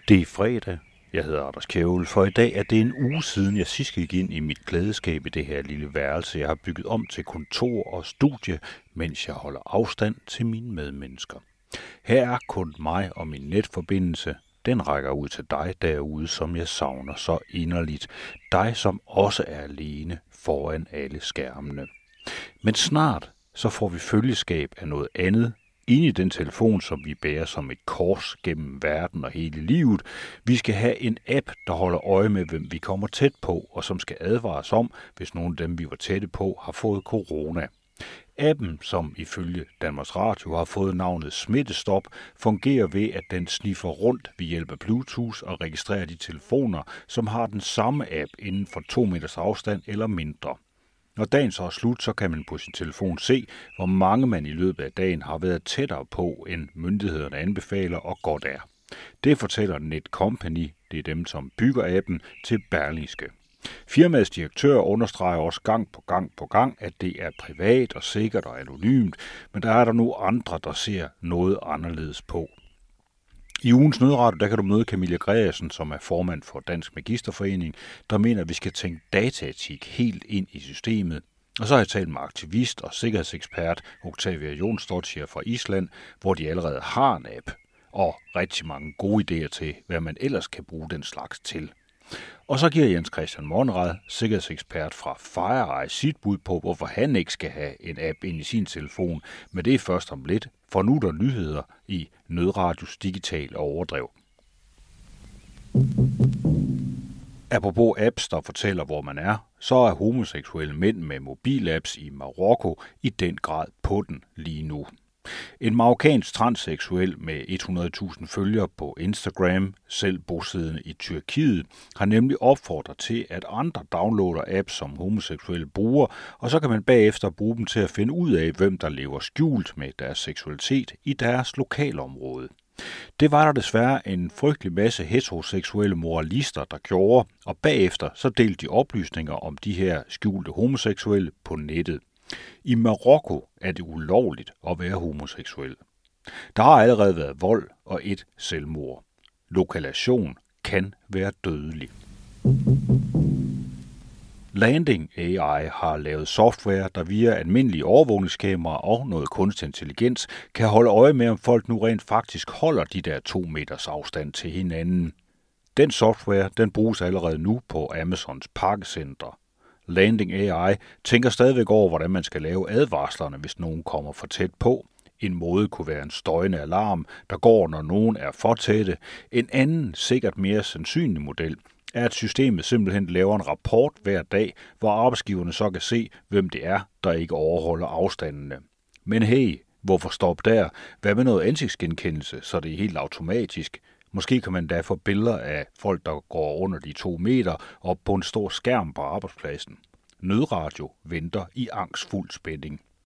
Det er fredag. Jeg hedder Anders Kjævel, for i dag er det en uge siden, jeg sidst gik ind i mit klædeskab i det her lille værelse, jeg har bygget om til kontor og studie, mens jeg holder afstand til mine medmennesker. Her er kun mig og min netforbindelse. Den rækker ud til dig derude, som jeg savner så inderligt. Dig, som også er alene foran alle skærmene. Men snart så får vi følgeskab af noget andet, inde i den telefon, som vi bærer som et kors gennem verden og hele livet. Vi skal have en app, der holder øje med, hvem vi kommer tæt på, og som skal advares om, hvis nogle af dem, vi var tætte på, har fået corona. Appen, som ifølge Danmarks Radio har fået navnet Smittestop, fungerer ved, at den sniffer rundt ved hjælp af Bluetooth og registrerer de telefoner, som har den samme app inden for 2 meters afstand eller mindre. Når dagen så er slut, så kan man på sin telefon se, hvor mange man i løbet af dagen har været tættere på, end myndighederne anbefaler og godt er. Det fortæller Netcompany, det er dem, som bygger appen, til Berlingske. Firmaets direktør understreger også gang på gang, at det er privat og sikkert og anonymt, men der er der nu andre, der ser noget anderledes på. I ugens nødradio, der kan du møde Camilla Gregersen, som er formand for Dansk Magisterforening, der mener, at vi skal tænke dataetik helt ind i systemet. Og så har jeg talt med aktivist og sikkerhedsekspert Octavia Jonsdottir fra Island, hvor de allerede har en app og rigtig mange gode idéer til, hvad man ellers kan bruge den slags til. Og så giver Jens Christian Monrad, sikkerhedsekspert fra FireEye, sit bud på, hvorfor han ikke skal have en app ind i sin telefon, men det er først om lidt, for nu er der nyheder i Nødradios digitale overdrev. Apropos apps, der fortæller, hvor man er, så er homoseksuelle mænd med mobilapps i Marokko i den grad på den lige nu. En marokkansk transseksuel med 100.000 følgere på Instagram, selv bosiddende i Tyrkiet, har nemlig opfordret til, at andre downloader apps, som homoseksuelle bruger, og så kan man bagefter bruge dem til at finde ud af, hvem der lever skjult med deres seksualitet i deres lokalområde. Det var der desværre en frygtelig masse heteroseksuelle moralister, der gjorde, og bagefter så delte de oplysninger om de her skjulte homoseksuelle på nettet. I Marokko er det ulovligt at være homoseksuel. Der har allerede været vold og et selvmord. Lokalisation kan være dødelig. Landing AI har lavet software, der via almindelige overvågningskameraer og noget kunstig intelligens kan holde øje med, om folk nu rent faktisk holder de der 2 meters afstand til hinanden. Den software, den bruges allerede nu på Amazons pakkecentre. Landing AI tænker stadigvæk over, hvordan man skal lave advarslerne, hvis nogen kommer for tæt på. En måde kunne være en støjende alarm, der går, når nogen er for tætte. En anden, sikkert mere sandsynlig model, er, at systemet simpelthen laver en rapport hver dag, hvor arbejdsgiverne så kan se, hvem det er, der ikke overholder afstandene. Men hey, hvorfor stoppe der? Hvad med noget ansigtsgenkendelse, så det er helt automatisk? Måske kan man da få billeder af folk, der går under de 2 meter op på en stor skærm på arbejdspladsen. Nødradio venter i angstfuld spænding.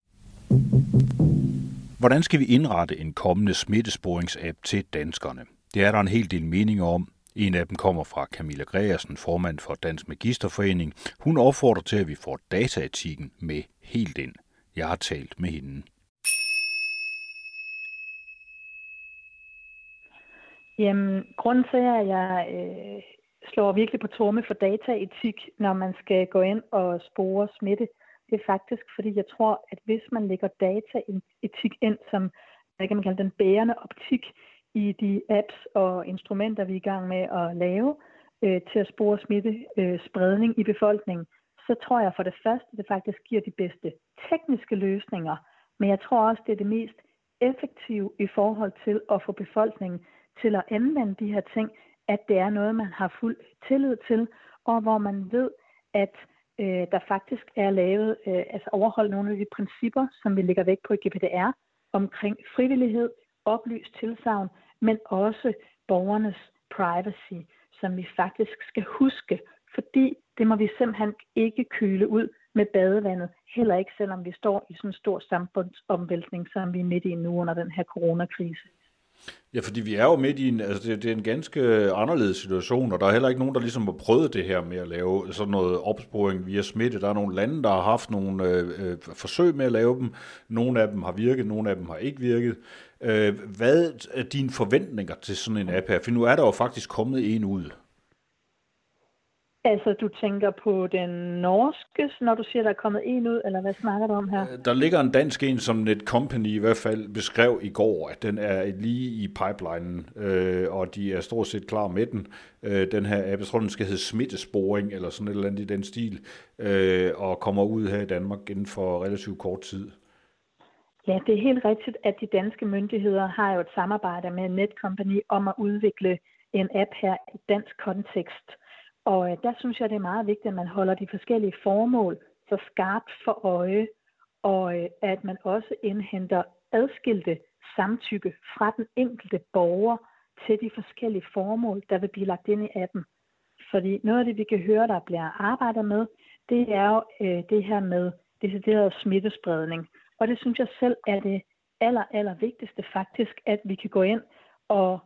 Hvordan skal vi indrette en kommende smittesporingsapp til danskerne? Det er der en hel del meninger om. En af dem kommer fra Camilla Gregersen, formand for Dansk Magisterforening. Hun opfordrer til, at vi får dataetikken med helt ind. Jeg har talt med hende. Jamen, grunden til, at jeg slår virkelig på tromme for dataetik, når man skal gå ind og spore smitte, det er faktisk, fordi jeg tror, at hvis man lægger dataetik ind som, hvad kan man kalde den bærende optik i de apps og instrumenter, vi er i gang med at lave til at spore smittespredning i befolkningen, så tror jeg for det første, det faktisk giver de bedste tekniske løsninger, men jeg tror også, det er det mest effektive i forhold til at få befolkningen til at anvende de her ting, at det er noget, man har fuld tillid til, og hvor man ved, at der faktisk er lavet, altså overholdt nogle af de principper, som vi lægger vægt på i GDPR, omkring frivillighed, oplyst tilsagn, men også borgernes privacy, som vi faktisk skal huske, fordi det må vi simpelthen ikke køle ud med badevandet, heller ikke selvom vi står i sådan en stor samfundsomvæltning, som vi er midt i nu under den her coronakrise. Ja, fordi vi er jo midt i det er en ganske anderledes situation, og der er heller ikke nogen, der ligesom har prøvet det her med at lave sådan noget opsporing via smitte. Der er nogle lande, der har haft nogle forsøg med at lave dem. Nogle af dem har virket, nogle af dem har ikke virket. Hvad er dine forventninger til sådan en app her? For nu er der jo faktisk kommet en ud. Altså, du tænker på den norske, når du siger, der er kommet en ud, eller hvad snakker du om her? Der ligger en dansk en, som Netcompany i hvert fald beskrev i går, at den er lige i pipelinen, og de er stort set klar med den. Den her app, jeg tror, den skal hedde smittesporing, eller sådan et eller andet i den stil, og kommer ud her i Danmark inden for relativt kort tid. Ja, det er helt rigtigt, at de danske myndigheder har jo et samarbejde med Netcompany om at udvikle en app her i dansk kontekst. Og der synes jeg, det er meget vigtigt, at man holder de forskellige formål så skarpt for øje, og at man også indhenter adskilte samtykke fra den enkelte borger til de forskellige formål, der vil blive lagt ind i appen. Fordi noget af det, vi kan høre, der bliver arbejdet med, det er jo det her med decideret smittespredning. Og det synes jeg selv er det aller vigtigste faktisk, at vi kan gå ind og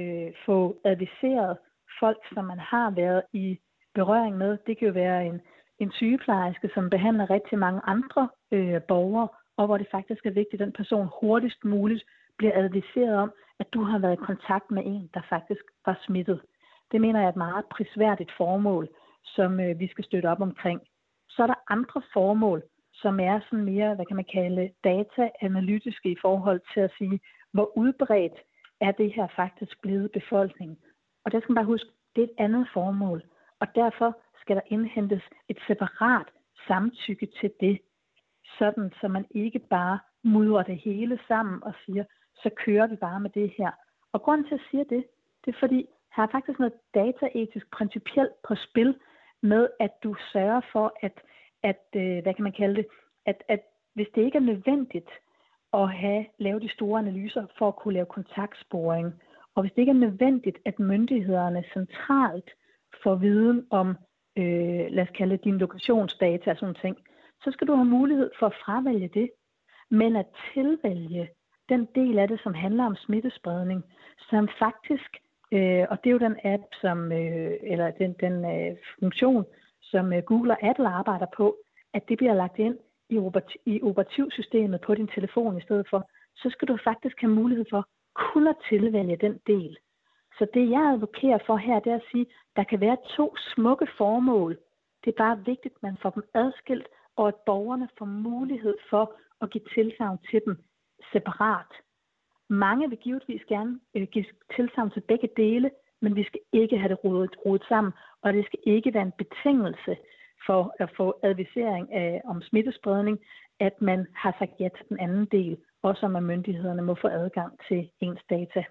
få adviseret folk, som man har været i berøring med. Det kan jo være en sygeplejerske, som behandler rigtig mange andre borgere, og hvor det faktisk er vigtigt, at den person hurtigst muligt bliver adviseret om, at du har været i kontakt med en, der faktisk var smittet. Det mener jeg er et meget prisværdigt formål, som vi skal støtte op omkring. Så er der andre formål, som er sådan mere, hvad kan man kalde, data-analytiske i forhold til at sige, hvor udbredt er det her faktisk blevet befolkningen. Og der skal man bare huske, det er et andet formål, og derfor skal der indhentes et separat samtykke til det, sådan så man ikke bare mudrer det hele sammen og siger, så kører vi bare med det her. Og grunden til at sige det er fordi, her er faktisk noget dataetisk principielt på spil med, at du sørger for, at hvad kan man kalde det, at hvis det ikke er nødvendigt at lave de store analyser for at kunne lave kontaktsporing, og hvis det ikke er nødvendigt, at myndighederne centralt får viden om, lad os kalde det, dine lokationsdata og sådan ting, så skal du have mulighed for at fravælge det, men at tilvælge den del af det, som handler om smittespredning, som faktisk, og det er jo den app, eller den funktion, som Google og Apple arbejder på, at det bliver lagt ind i operativsystemet på din telefon i stedet for, så skal du faktisk have mulighed for kun at tilvælge den del. Så det jeg advokerer for her, det er at sige, at der kan være 2 smukke formål. Det er bare vigtigt, at man får dem adskilt, og at borgerne får mulighed for at give tilsagn til dem separat. Mange vil givetvis gerne give tilsagn til begge dele, men vi skal ikke have det rodet sammen, og det skal ikke være en betingelse for at få advisering om smittespredning, at man har sagt ja til den anden del, også om at myndighederne må få adgang til ens data.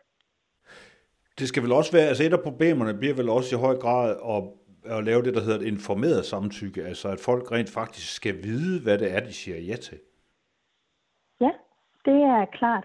Det skal vel også være, altså et af problemerne bliver vel også i høj grad at lave det, der hedder et informeret samtykke, altså at folk rent faktisk skal vide, hvad det er, de siger ja til. Ja, det er klart.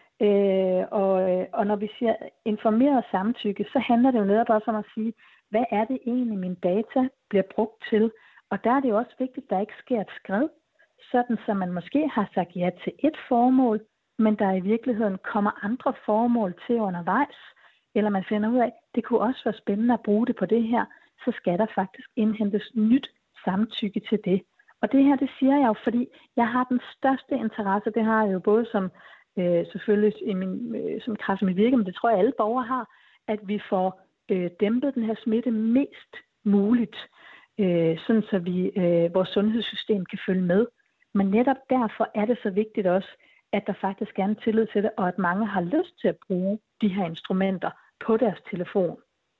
Og når vi siger informeret samtykke, så handler det jo netop også om at sige, hvad er det egentlig, mine data bliver brugt til? Og der er det jo også vigtigt, at der ikke sker et skred, sådan så man måske har sagt ja til et formål, men der i virkeligheden kommer andre formål til undervejs, eller man finder ud af, det kunne også være spændende at bruge det på det her, så skal der faktisk indhentes nyt samtykke til det. Og det her, det siger jeg jo, fordi jeg har den største interesse, det har jeg jo både som selvfølgelig som kraft af mit virke, men det tror jeg alle borgere har, at vi får dæmpet den her smitte mest muligt, sådan så vores sundhedssystem kan følge med. Men netop derfor er det så vigtigt også, at der faktisk er en tillid til det, og at mange har lyst til at bruge de her instrumenter på deres telefon.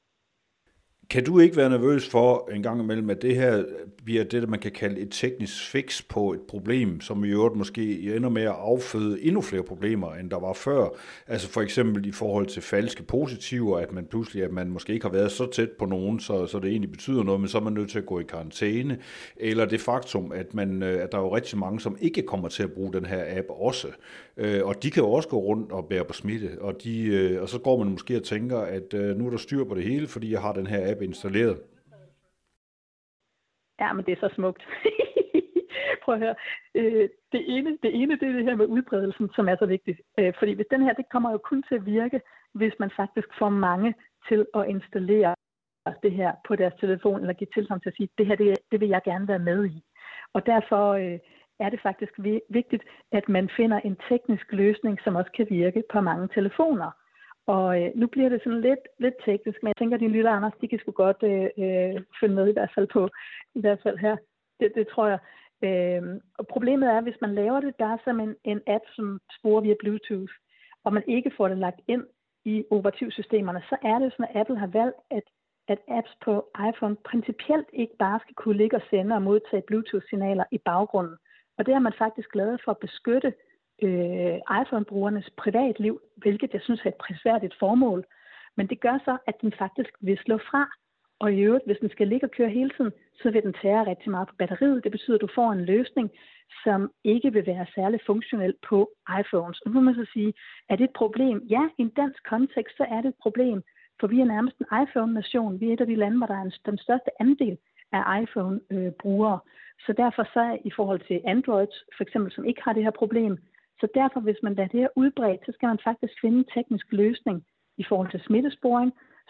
Kan du ikke være nervøs for en gang imellem, at det her bliver det, man kan kalde et teknisk fix på et problem, som i øvrigt måske ender med at afføde endnu flere problemer, end der var før? Altså for eksempel i forhold til falske positiver, at man pludselig, at man måske ikke har været så tæt på nogen, så det egentlig betyder noget, men så er man nødt til at gå i karantæne. Eller det faktum, at der er jo rigtig mange, som ikke kommer til at bruge den her app også. Og de kan jo også gå rundt og bære på smitte, og så går man måske og tænker, at nu er der styr på det hele, fordi jeg har den her app installeret. Ja, men det er så smukt. prøv at høre. Det er det her med udbredelsen, som er så vigtigt. Fordi hvis den her, det kommer jo kun til at virke, hvis man faktisk får mange til at installere det her på deres telefon, eller give tilsagn til at sige, det her, det vil jeg gerne være med i. Og derfor er det faktisk vigtigt, at man finder en teknisk løsning, som også kan virke på mange telefoner. Og nu bliver det sådan lidt teknisk, men jeg tænker, at dine lytter, Anders, de kan sgu godt følge med i hvert fald her. Det tror jeg. Og problemet er, hvis man laver det, der er som en app, som sporer via Bluetooth, og man ikke får det lagt ind i operativsystemerne, så er det sådan, at Apple har valgt, at apps på iPhone principielt ikke bare skal kunne ligge og sende og modtage Bluetooth-signaler i baggrunden. Og det er man faktisk lavet for at beskytte iPhone-brugernes privatliv, hvilket jeg synes er et prisværdigt formål. Men det gør så, at den faktisk vil slå fra. Og i øvrigt, hvis den skal ligge og køre hele tiden, så vil den tære rigtig meget på batteriet. Det betyder, at du får en løsning, som ikke vil være særlig funktionel på iPhones. Og nu må man så sige, er det et problem? Ja, i en dansk kontekst, så er det et problem. For vi er nærmest en iPhone-nation. Vi er et af de lande, hvor der er den største andel af iPhone-brugere. Så derfor så i forhold til Android, for eksempel, som ikke har det her problem, så derfor, hvis man lader det her udbredt, så skal man faktisk finde en teknisk løsning i forhold til smittesporing,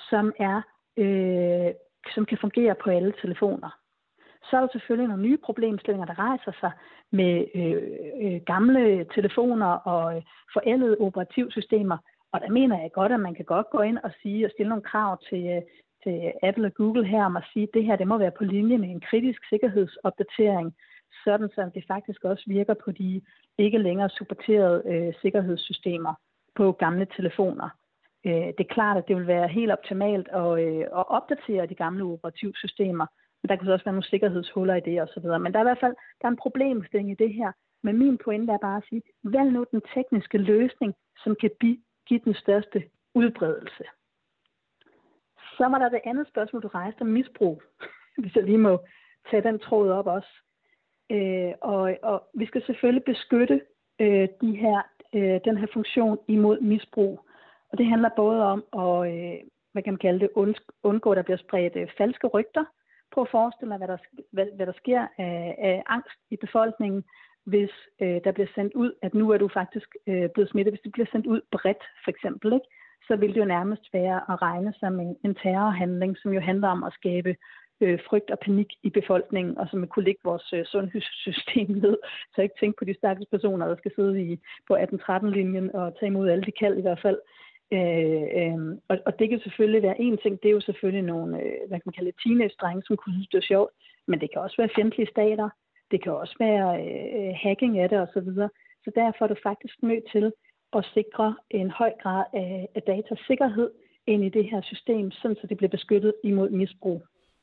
som kan fungere på alle telefoner. Så er der selvfølgelig nogle nye problemstillinger, der rejser sig med gamle telefoner og forældede operativsystemer. Og der mener jeg godt, at man kan godt gå ind og sige og stille nogle krav til Apple og Google her om at sige, at det her det må være på linje med en kritisk sikkerhedsopdatering, sådan så det faktisk også virker på de ikke længere supporterede sikkerhedssystemer på gamle telefoner. Det er klart, at det vil være helt optimalt at opdatere de gamle operativsystemer, men der kan også være nogle sikkerhedshuller i det osv. Men der er i hvert fald en problemstilling i det her. Men min pointe er bare at sige, vælg nu den tekniske løsning, som kan give den største udbredelse. Så var der det andet spørgsmål, du rejste om misbrug, hvis jeg lige må tage den tråd op også. Og vi skal selvfølgelig beskytte den her funktion imod misbrug. Og det handler både om at, hvad kan man kalde det, undgå, at der bliver spredt falske rygter. Prøv at forestille dig, hvad der sker af angst i befolkningen, hvis der bliver sendt ud, at nu er du faktisk blevet smittet. Hvis det bliver sendt ud bredt, for eksempel, ikke? Så vil det jo nærmest være at regne som en terrorhandling, som jo handler om at skabe frygt og panik i befolkningen, og som kunne lægge vores sundhedssystem ned. Så ikke tænke på de stakkels personer, der skal sidde på 18-13-linjen og tage imod alle de kald i hvert fald. Og det kan selvfølgelig være en ting, det er jo selvfølgelig nogle, hvad kan man kalde det, teenage-drenge, som kunne synes, det er sjovt, men det kan også være fjendtlige stater, det kan også være hacking af det osv. Så derfor er du faktisk nødt til at sikre en høj grad af datasikkerhed ind i det her system, sådan så det bliver beskyttet imod misbrug.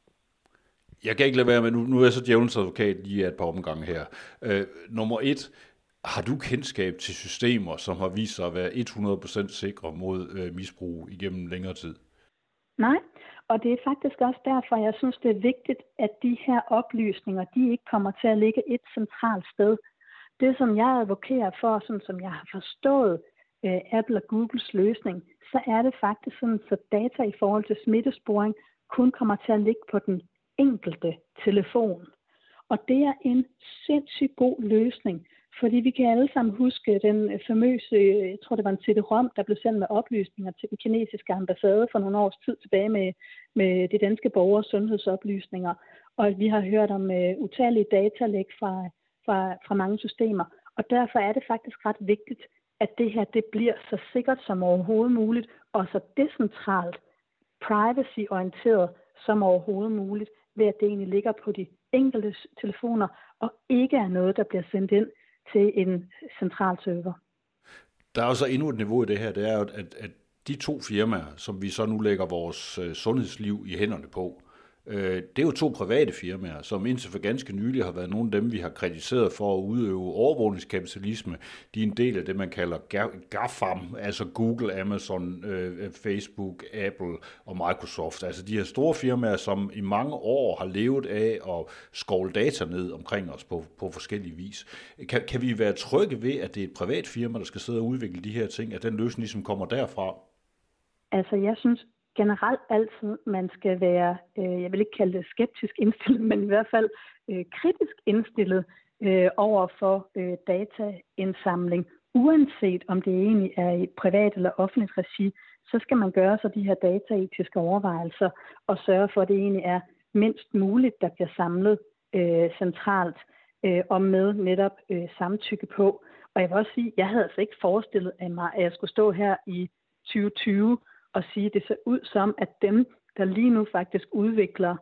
Jeg kan ikke lade være med, nu er jeg så djævelens advokat lige et par omgange her. Nummer 1, har du kendskab til systemer, som har vist sig at være 100% sikre mod misbrug igennem længere tid? Nej, og det er faktisk også derfor, jeg synes, det er vigtigt, at de her oplysninger, de ikke kommer til at ligge et centralt sted. Det, som jeg advokerer for, sådan som jeg har forstået Apple og Googles løsning, så er det faktisk sådan, så data i forhold til smittesporing kun kommer til at ligge på den enkelte telefon. Og det er en sindssygt god løsning, fordi vi kan alle sammen huske den famøse, jeg tror det var en CD-ROM, der blev sendt med oplysninger til den kinesiske ambassade for nogle års tid tilbage med de danske borgers sundhedsoplysninger. Og at vi har hørt om utallige datalæk fra mange systemer. Og derfor er det faktisk ret vigtigt, at det her det bliver så sikkert som overhovedet muligt, og så decentralt, privacy-orienteret som overhovedet muligt, ved at det egentlig ligger på de enkelte telefoner, og ikke er noget, der bliver sendt ind til en central server. Der er jo så endnu et niveau i det her, det er jo, at de 2 firmaer, som vi så nu lægger vores sundhedsliv i hænderne på, det er jo 2 private firmaer, som indtil for ganske nylig har været nogle af dem, vi har kritiseret for at udøve overvågningskapitalisme. De er en del af det, man kalder GAFAM, altså Google, Amazon, Facebook, Apple og Microsoft. Altså de her store firmaer, som i mange år har levet af at skovle data ned omkring os på forskellige vis. Kan vi være trygge ved, at det er et privat firma, der skal sidde og udvikle de her ting, at den løsning ligesom kommer derfra? Altså jeg synes generelt altid, man skal være, jeg vil ikke kalde det skeptisk indstillet, men i hvert fald kritisk indstillet over for dataindsamling, uanset om det egentlig er i privat eller offentligt regi, så skal man gøre sig de her dataetiske overvejelser og sørge for, at det egentlig er mindst muligt, der bliver samlet centralt og med netop samtykke på. Og jeg vil også sige, at jeg havde altså ikke forestillet mig, at jeg skulle stå her i 2020 og sige, at det ser ud som, at dem, der lige nu faktisk udvikler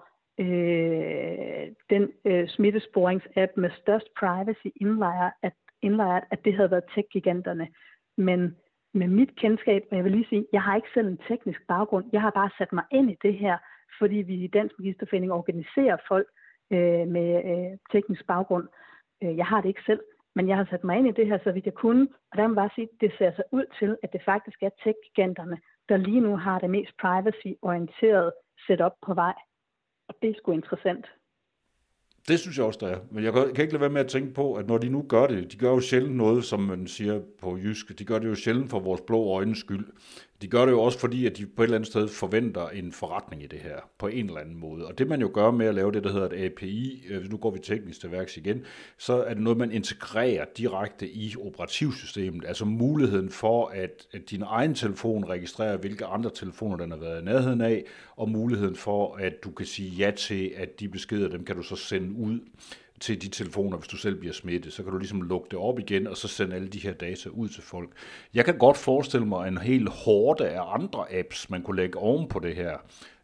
den smittesporings-app med størst privacy indlejret, at det havde været tech-giganterne. Men med mit kendskab, og jeg vil lige sige, jeg har ikke selv en teknisk baggrund, jeg har bare sat mig ind i det her, fordi vi i Dansk Magisterforening organiserer folk med teknisk baggrund. Jeg har det ikke selv, men jeg har sat mig ind i det her, så vidt jeg kunne, og der må bare sige, at det ser så ud til, at det faktisk er tech-giganterne, der lige nu har det mest privacy-orienterede setup på vej. Og det er sgu interessant. Det synes jeg også, der er. Men jeg kan ikke lade være med at tænke på, at når de nu gør det, de gør jo sjældent noget, som man siger på jysk, de gør det jo sjældent for vores blå øjnes skyld. De gør det jo også fordi, at de på et eller andet sted forventer en forretning i det her, på en eller anden måde. Og det man jo gør med at lave det, der hedder et API, nu går vi teknisk til værks igen, så er det noget, man integrerer direkte i operativsystemet. Altså muligheden for, at din egen telefon registrerer, hvilke andre telefoner den har været i nærheden af, og muligheden for, at du kan sige ja til, at de beskeder, dem kan du så sende ud til de telefoner, hvis du selv bliver smittet, så kan du ligesom lukke det op igen, og så sende alle de her data ud til folk. Jeg kan godt forestille mig en hel horde af andre apps, man kunne lægge oven på det her,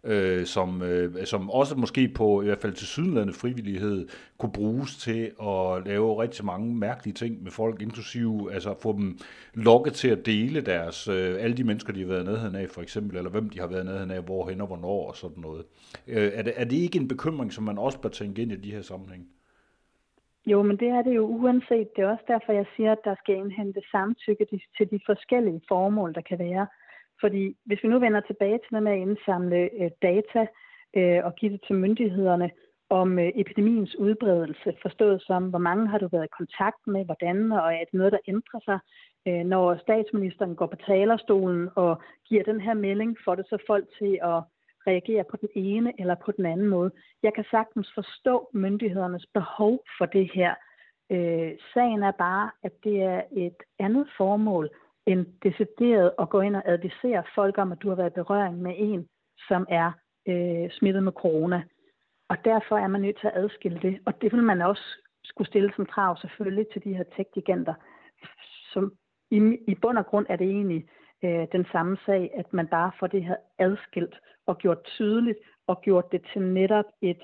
som også måske på i hvert fald tilsyneladende frivillighed kunne bruges til at lave rigtig mange mærkelige ting med folk, inklusive altså få dem lokket til at dele deres alle de mennesker, de har været nærheden af, for eksempel, eller hvem de har været nærheden af, hvorhen og hvornår og sådan noget. Er det ikke en bekymring, som man også bør tænke ind i de her sammenhæng? Jo, men det er det jo uanset. Det er også derfor, jeg siger, at der skal indhente samtykke til de forskellige formål, der kan være. Fordi hvis vi nu vender tilbage til det med at indsamle data og give det til myndighederne om epidemiens udbredelse, forstået som, hvor mange har du været i kontakt med, hvordan, og er det noget, der ændrer sig, når statsministeren går på talerstolen og giver den her melding, får det så folk til at reagere på den ene eller på den anden måde. Jeg kan sagtens forstå myndighedernes behov for det her. Sagen er bare, at det er et andet formål end decideret at gå ind og advisere folk om, at du har været i berøring med en, som er smittet med corona. Og derfor er man nødt til at adskille det. Og det vil man også skulle stille som krav selvfølgelig til de her tech-giganter. Som i bund og grund er det egentlig den samme sag, at man bare får det her adskilt og gjort tydeligt og gjort det til netop et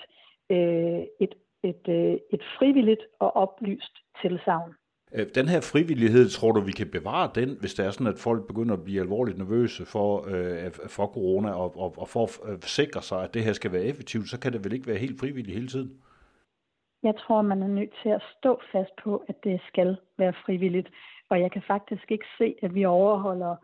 frivilligt og oplyst tilsagn. Den her frivillighed, tror du, vi kan bevare den, hvis det er sådan, at folk begynder at blive alvorligt nervøse for corona og for at sikre sig, at det her skal være effektivt, så kan det vel ikke være helt frivilligt hele tiden? Jeg tror, man er nødt til at stå fast på, at det skal være frivilligt. Og jeg kan faktisk ikke se, at vi overholder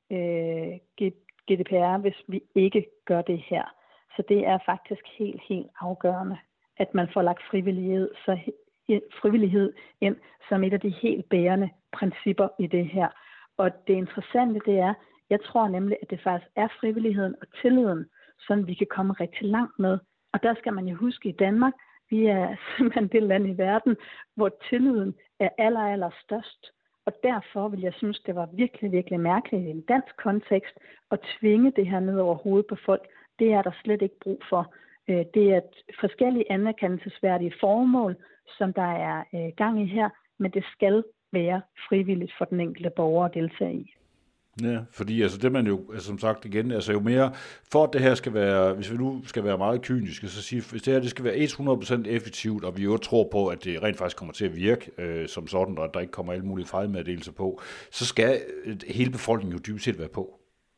GDPR, hvis vi ikke gør det her. Så det er faktisk helt afgørende, at man får lagt frivillighed ind som et af de helt bærende principper i det her. Og det interessante det er, jeg tror nemlig, at det faktisk er frivilligheden og tilliden, som vi kan komme rigtig langt med. Og der skal man jo huske, i Danmark, vi er simpelthen det land i verden, hvor tilliden er aller størst. Og derfor vil jeg synes, det var virkelig mærkeligt i en dansk kontekst at tvinge det her ned over hovedet på folk. Det er der slet ikke brug for. Det er et forskellige anerkendelsesværdige formål, som der er gang i her, men det skal være frivilligt for den enkelte borger at deltage i. Ja, fordi altså det man jo, altså som sagt igen, altså jo mere, for at det her skal være, hvis vi nu skal være meget kyniske, så sige, hvis det her det skal være 100% effektivt, og vi jo tror på, at det rent faktisk kommer til at virke som sådan, og at der ikke kommer alle mulige fejlmeddelelser på, så skal hele befolkningen jo dybest set være på.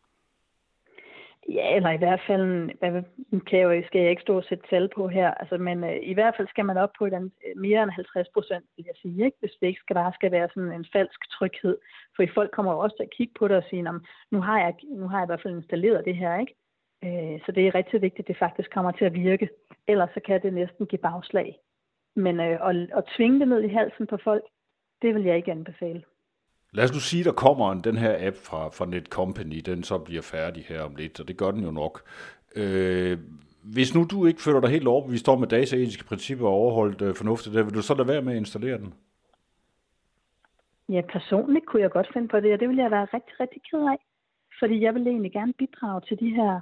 Ja, eller i hvert fald, skal jeg ikke stå og sætte tal på her, altså, men i hvert fald skal man op på mere end 50%, vil jeg sige, ikke? Hvis det ikke skal være sådan en falsk tryghed. For folk kommer jo også til at kigge på det og sige, nu har jeg i hvert fald installeret det her, ikke? Så det er rigtig vigtigt, at det faktisk kommer til at virke. Ellers så kan det næsten give bagslag. Men at tvinge det ned i halsen på folk, det vil jeg ikke anbefale. Lad os nu sige, der kommer den her app fra Netcompany, den så bliver færdig her om lidt, og det gør den jo nok. Hvis nu du ikke føler dig helt overbevist om, at dataetiske principper er overholdt fornuftigt, vil du så lade være med at installere den? Ja, personligt kunne jeg godt finde på det, og det ville jeg være rigtig, rigtig ked af. Fordi jeg vil egentlig gerne bidrage til de her,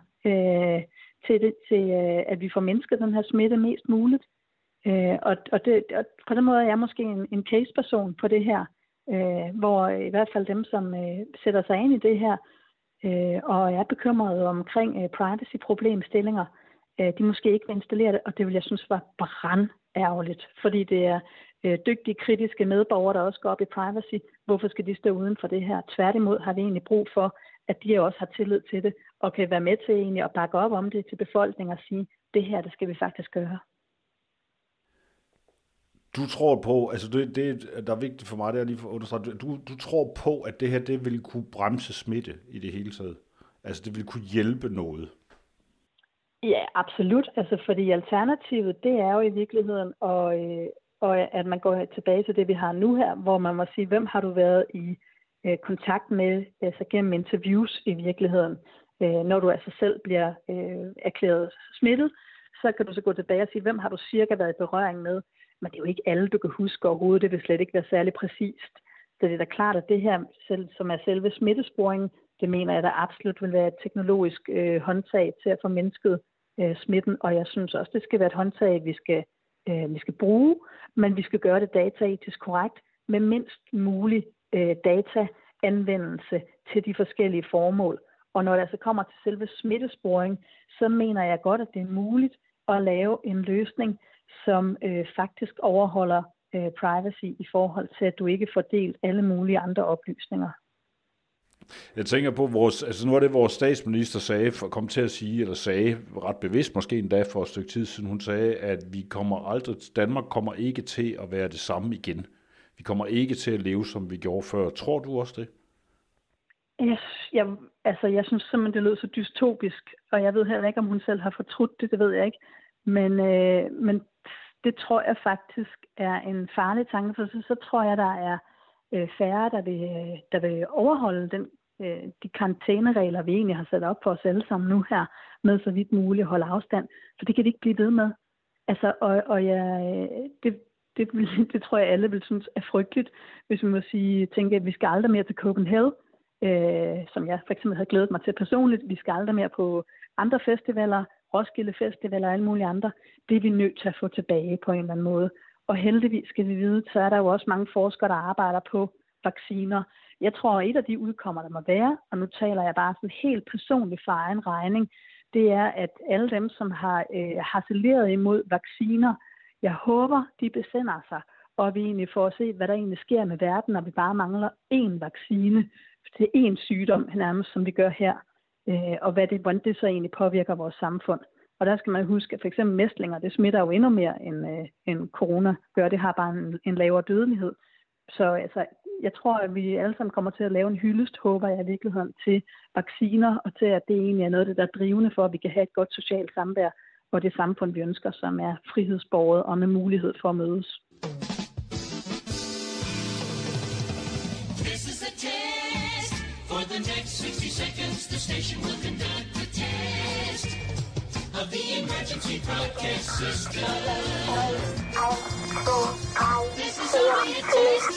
at vi får mindsket den her smitte mest muligt. Og på den måde er jeg måske en case-person på det her, hvor i hvert fald dem, som sætter sig ind i det her, og er bekymrede omkring privacy-problemstillinger, de måske ikke vil installere det, og det vil jeg synes var brandærgerligt, fordi det er dygtige, kritiske medborgere, der også går op i privacy. Hvorfor skal de stå uden for det her? Tværtimod har vi egentlig brug for, at de også har tillid til det, og kan være med til egentlig at bakke op om det til befolkningen og sige, det her, det skal vi faktisk gøre. Du tror på, altså det der er vigtigt for mig, det er lige for at understrege, du tror på, at det her, det vil kunne bremse smitte i det hele taget? Altså det vil kunne hjælpe noget? Ja, absolut. Altså fordi alternativet, det er jo i virkeligheden, og at man går tilbage til det, vi har nu her, hvor man må sige, hvem har du været i kontakt med, altså gennem interviews i virkeligheden. Når du altså selv bliver erklæret smittet, så kan du så gå tilbage og sige, hvem har du cirka været i berøring med. Men det er jo ikke alle, du kan huske overhovedet. Det vil slet ikke være særlig præcist. Så det er da klart, at det her, som er selve smittesporingen, det mener jeg, der absolut vil være et teknologisk håndtag til at få mindsket smitten. Og jeg synes også, det skal være et håndtag, vi skal bruge, men vi skal gøre det dataetisk korrekt med mindst mulig dataanvendelse til de forskellige formål. Og når det altså kommer til selve smittesporing, så mener jeg godt, at det er muligt at lave en løsning, som faktisk overholder privacy i forhold til, at du ikke får delt alle mulige andre oplysninger. Jeg tænker på, nu er det vores statsminister kom til at sige, eller sagde ret bevidst måske endda for et stykke tid siden, hun sagde, at Danmark kommer ikke til at være det samme igen. Vi kommer ikke til at leve, som vi gjorde før. Tror du også det? Jeg synes simpelthen, det lød så dystopisk, og jeg ved heller ikke, om hun selv har fortrudt det, det ved jeg ikke. Men det tror jeg faktisk er en farlig tanke, for så tror jeg, der er færre, der vil overholde de karantæneregler, vi egentlig har sat op for os alle sammen nu her, med så vidt muligt at holde afstand, for det kan vi ikke blive ved med. Altså, det tror jeg, alle vil synes er frygteligt, hvis vi må tænke, at vi skal aldrig mere til Copenhagen, som jeg for eksempel havde glædet mig til personligt. Vi skal aldrig mere på andre festivaler, Roskilde Festival og alle mulige andre. Det er vi nødt til at få tilbage på en eller anden måde. Og heldigvis skal vi vide, så er der jo også mange forskere, der arbejder på vacciner. Jeg tror, at et af de udkommer, der må være, og nu taler jeg bare sådan helt personligt for egen regning, det er, at alle dem, som har harceleret imod vacciner, jeg håber, de besinder sig, og vi egentlig får at se, hvad der egentlig sker med verden, når vi bare mangler én vaccine til én sygdom, nærmest som vi gør her, og hvordan det så egentlig påvirker vores samfund. Og der skal man huske, at for eksempel mæslinger, det smitter jo endnu mere end corona gør. Det har bare en lavere dødelighed. Så altså, jeg tror, at vi alle sammen kommer til at lave en hyldest, håber jeg i virkeligheden, til vacciner, og til, at det egentlig er noget af det, der er drivende for, at vi kan have et godt socialt samvær, og det samfund, vi ønsker, som er frihedsborget og med mulighed for at mødes. This is a test. For the next 60 seconds, the station will conduct a test of the emergency broadcast system. This is only a test.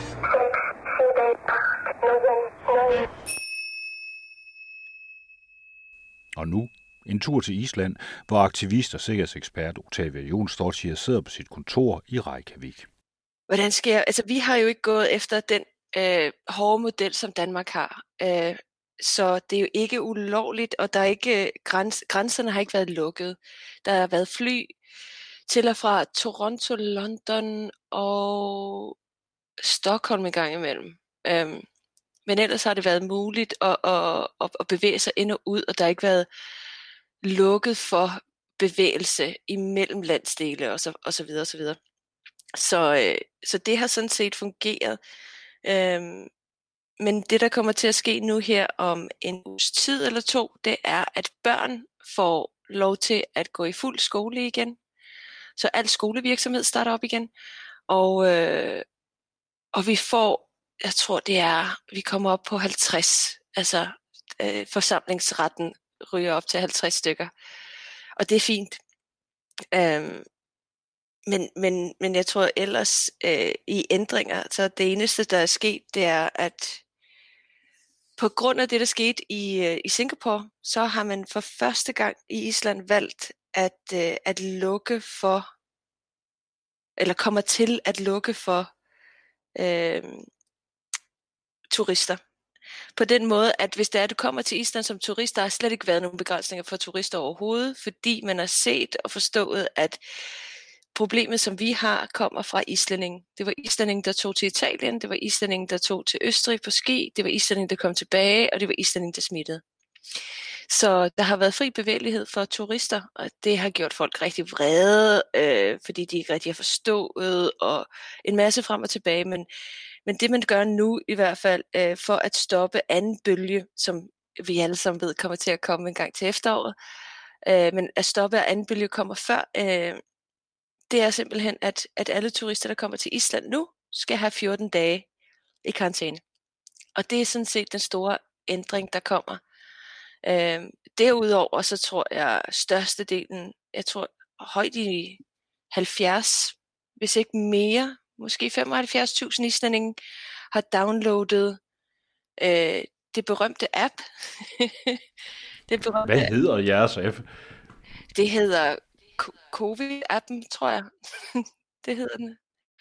Og nu en tur til Island, hvor aktivist og sikkerhedsekspert Octavia Jonsdottir sidder på sit kontor i Reykjavik. Hvordan sker? Altså, vi har jo ikke gået efter den hårde model, som Danmark har. Så det er jo ikke ulovligt, og der er ikke grænserne har ikke været lukket. Der har været fly til og fra Toronto, London og Stockholm en gang imellem. Men ellers har det været muligt at bevæge sig ind og ud, og der har ikke været lukket for bevægelse imellem landsdele og så videre og så videre. Så det har sådan set fungeret. Men det, der kommer til at ske nu her om en uges tid eller to, det er, at børn får lov til at gå i fuld skole igen. Så al skolevirksomhed starter op igen. Og vi får, jeg tror det er, vi kommer op på 50. Altså forsamlingsretten ryger op til 50 stykker. Og det er fint. Øhm, men jeg tror ellers i ændringer, så det eneste, der er sket, det er, at på grund af det, der skete i Singapore, så har man for første gang i Island valgt at lukke for, eller kommer til at lukke for turister. På den måde, at hvis det er, at du kommer til Island som turist, der har slet ikke været nogen begrænsninger for turister overhovedet, fordi man har set og forstået, at problemet, som vi har, kommer fra islændingen. Det var islændingen, der tog til Italien, det var islændingen, der tog til Østrig på ski, det var islændingen, der kom tilbage, og det var islændingen, der smittede. Så der har været fri bevægelighed for turister, og det har gjort folk rigtig vrede, fordi de ikke rigtig har forstået, og en masse frem og tilbage. Men det man gør nu i hvert fald, for at stoppe anden bølge, som vi alle sammen ved kommer til at komme en gang til efteråret, men at stoppe, at anden bølge kommer før, det er simpelthen, at alle turister, der kommer til Island nu, skal have 14 dage i karantæne. Og det er sådan set den store ændring, der kommer. Derudover så tror jeg størstedelen, jeg tror højt i 70, hvis ikke mere, måske 75.000 islændinge har downloadet det berømte app. Hvad hedder jeres app? Det hedder COVID-appen, tror jeg. Det hedder den.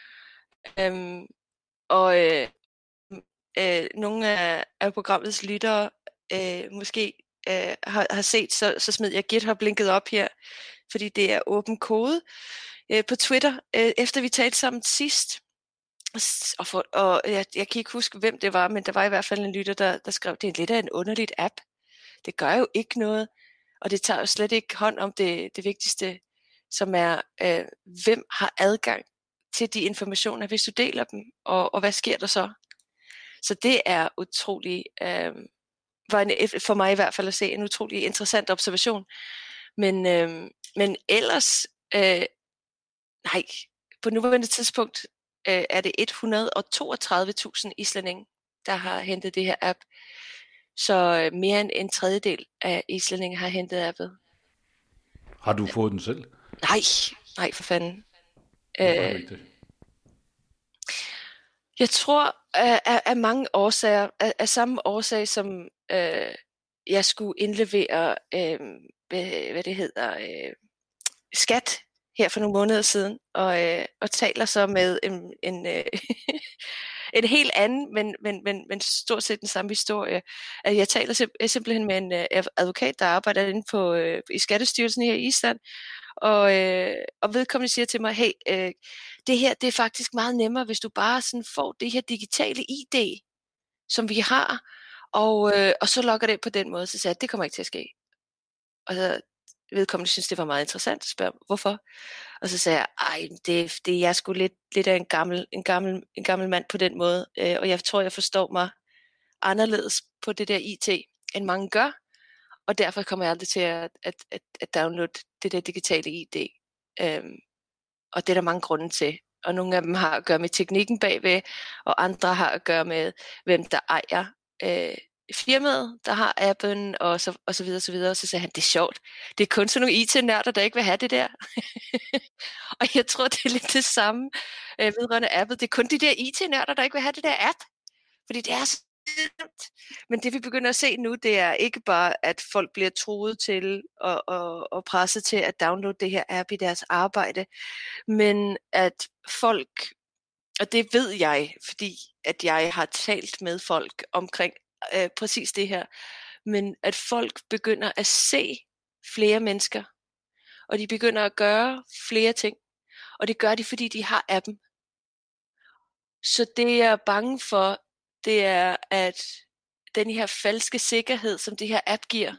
Nogle af programmets lyttere måske har set, så smed jeg GitHub-linket op her, fordi det er åben kode på Twitter, efter vi talte sammen sidst. Og jeg kan ikke huske, hvem det var, men der var i hvert fald en lytter, der skrev, det er lidt af en underligt app. Det gør jo ikke noget, og det tager jo slet ikke hånd om det vigtigste, som er, hvem har adgang til de informationer, hvis du deler dem, og hvad sker der så? Så det er utrolig, for mig i hvert fald at se, en utrolig interessant observation. Men ellers, nej, på nuværende tidspunkt er det 132.000 islændinge, der har hentet det her app. Så mere end en tredjedel af islændinge har hentet appet. Har du fået den selv? Nej, for fanden. Det? Jeg tror af mange årsager, af samme årsag som jeg skulle indlevere, hvad det hedder, skat her for nogle måneder siden, og taler så med en helt anden, men stort set den samme historie. Jeg taler simpelthen med en advokat, der arbejder inde i Skattestyrelsen her i Island, og vedkommende siger til mig, hey, det her, det er faktisk meget nemmere, hvis du bare sådan får det her digitale ID, som vi har, og så logger det på den måde. Så sagde jeg, det kommer ikke til at ske. Og så vedkommende synes, det var meget interessant at spørge, hvorfor? Og så sagde jeg, det er sgu lidt af en gammel mand på den måde, og jeg tror, jeg forstår mig anderledes på det der IT, end mange gør, og derfor kommer jeg aldrig til at downloade det der digitale ID. Og det er der mange grunde til. Og nogle af dem har at gøre med teknikken bagved, og andre har at gøre med, hvem der ejer firmaet, der har appen, og så videre, så videre. Og så sagde han, det er sjovt. Det er kun sådan nogle IT-nørder, der ikke vil have det der. Og jeg tror, det er lidt det samme vedrørende appet. Det er kun de der IT-nørder, der ikke vil have det der app. Fordi det er så nemt. Men det vi begynder at se nu, det er ikke bare, at folk bliver truet til og presset til at downloade det her app i deres arbejde, men at folk, og det ved jeg, fordi at jeg har talt med folk omkring præcis det her, men at folk begynder at se flere mennesker, og de begynder at gøre flere ting, og det gør de, fordi de har appen. Så det jeg er bange for, det er, at den her falske sikkerhed, som det her app giver,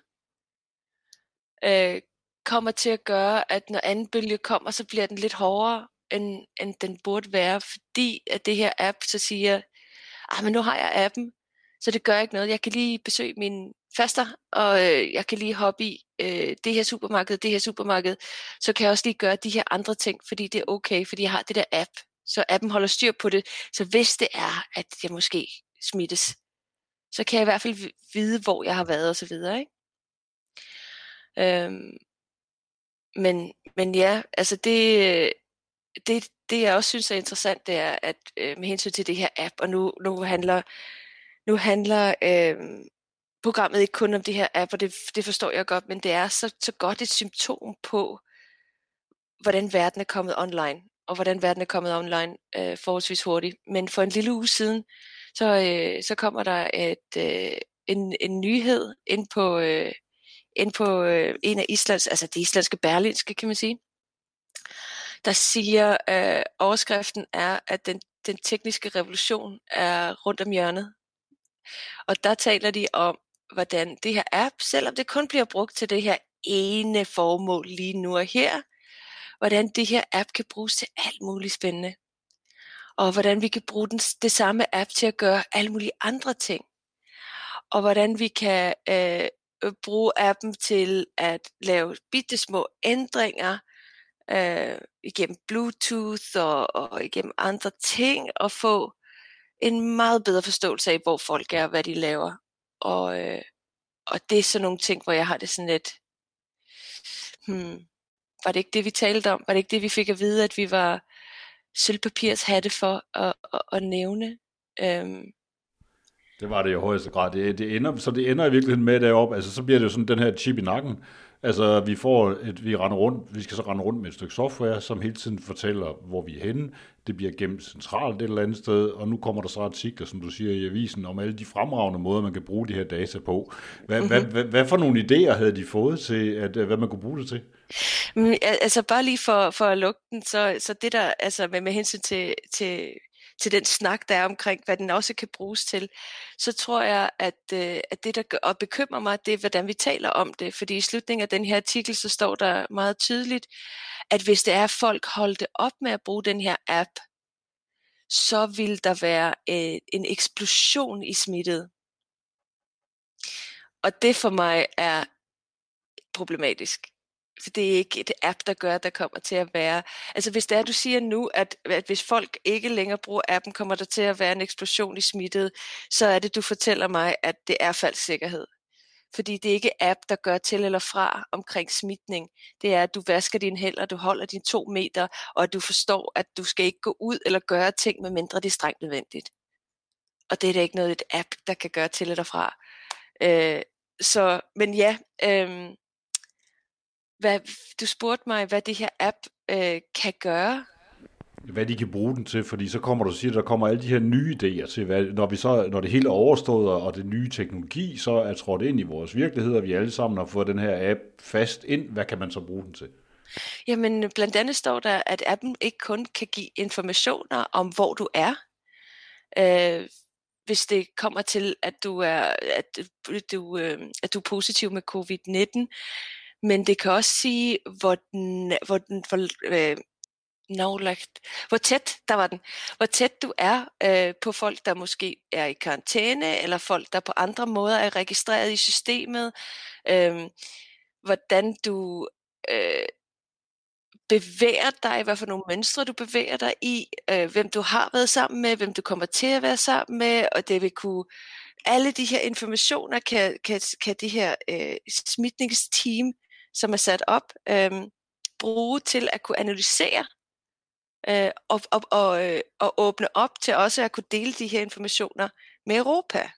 kommer til at gøre, at når anden bølge kommer, så bliver den lidt hårdere, end den burde være, fordi at det her app så siger, men nu har jeg appen, så det gør ikke noget. Jeg kan lige besøge min faster, og jeg kan lige hoppe i det her supermarked, så kan jeg også lige gøre de her andre ting, fordi det er okay, fordi jeg har det der app, så appen holder styr på det, så hvis det er, at jeg måske smittes, så kan jeg i hvert fald vide, hvor jeg har været og så videre, ikke? Men ja, altså det jeg også synes er interessant, det er, at med hensyn til det her app, og nu handler programmet ikke kun om det her app, og det forstår jeg godt, men det er så godt et symptom på, hvordan verden er kommet online, og hvordan verden er kommet online forholdsvis hurtigt. Men for en lille uge siden, så kommer der en nyhed ind på en af Islands, altså det islandske Berlingske, kan man sige, der siger, overskriften er, at den tekniske revolution er rundt om hjørnet. Og der taler de om, hvordan det her app, selvom det kun bliver brugt til det her ene formål lige nu og her, hvordan det her app kan bruges til alt muligt spændende. Og hvordan vi kan bruge det samme app til at gøre alle mulige andre ting. Og hvordan vi kan bruge appen til at lave bitte små ændringer igennem Bluetooth og igennem andre ting, og få en meget bedre forståelse af, hvor folk er og hvad de laver. Og det er sådan nogle ting, hvor jeg har det sådan lidt, var det ikke det, vi talte om? Var det ikke det, vi fik at vide, at vi var sølvpapirs hatte for at nævne? Det var det i højeste grad. Det ender i virkeligheden med deroppe. Altså, så bliver det jo sådan den her chip i nakken. Altså, vi skal så rende rundt med et stykke software, som hele tiden fortæller, hvor vi er henne. Det bliver gemt centralt et eller andet sted, og nu kommer der så artikler, som du siger i avisen, om alle de fremragende måder, man kan bruge de her data på. Hvad for nogle idéer havde de fået til, hvad man kunne bruge det til? Altså, bare lige for at lukke den, så det der, altså med hensyn til den snak, der er omkring, hvad den også kan bruges til, så tror jeg, at det, der gør, og bekymrer mig, det er, hvordan vi taler om det. Fordi i slutningen af den her artikel, så står der meget tydeligt, at hvis det er, at folk holdte op med at bruge den her app, så vil der være en eksplosion i smittet. Og det for mig er problematisk. For det er ikke et app, der gør, at der kommer til at være... Altså hvis det er, du siger nu, at hvis folk ikke længere bruger appen, kommer der til at være en eksplosion i smittet, så er det, du fortæller mig, at det er falsk sikkerhed. Fordi det er ikke app, der gør til eller fra omkring smitning. Det er, at du vasker dine hænder, du holder dine 2 meter, og at du forstår, at du skal ikke gå ud eller gøre ting, medmindre det er strengt nødvendigt. Og det er da ikke noget, et app, der kan gøre til eller fra. Men ja... du spurgte mig, hvad det her app kan gøre. Hvad de kan bruge den til, fordi så kommer du og siger, at der kommer alle de her nye idéer til, når det hele er overstået, og det nye teknologi, så er trådt ind i vores virkelighed, og vi alle sammen har fået den her app fast ind. Hvad kan man så bruge den til? Jamen, blandt andet står der, at appen ikke kun kan give informationer om, hvor du er, hvis det kommer til, at du er positiv med covid-19, men det kan også sige, hvor tæt du er på folk, der måske er i karantæne, eller folk, der på andre måder er registreret i systemet, hvordan du bevæger dig, hvad for nogle mønstre du bevæger dig i, hvem du har været sammen med, hvem du kommer til at være sammen med, og det vil kunne... Alle de her informationer kan det her smitningsteam, som er sat op, bruge til at kunne analysere og åbne op til også at kunne dele de her informationer med Europa.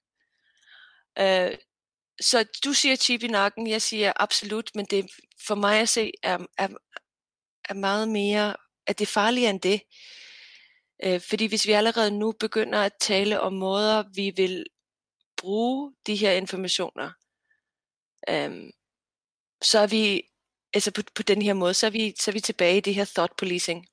Så du siger chip i nakken, jeg siger absolut, men det for mig at se er meget mere, at det er farligere end det. Fordi hvis vi allerede nu begynder at tale om måder, vi vil bruge de her informationer, så er vi, altså på den her måde, så er vi tilbage i det her thought policing.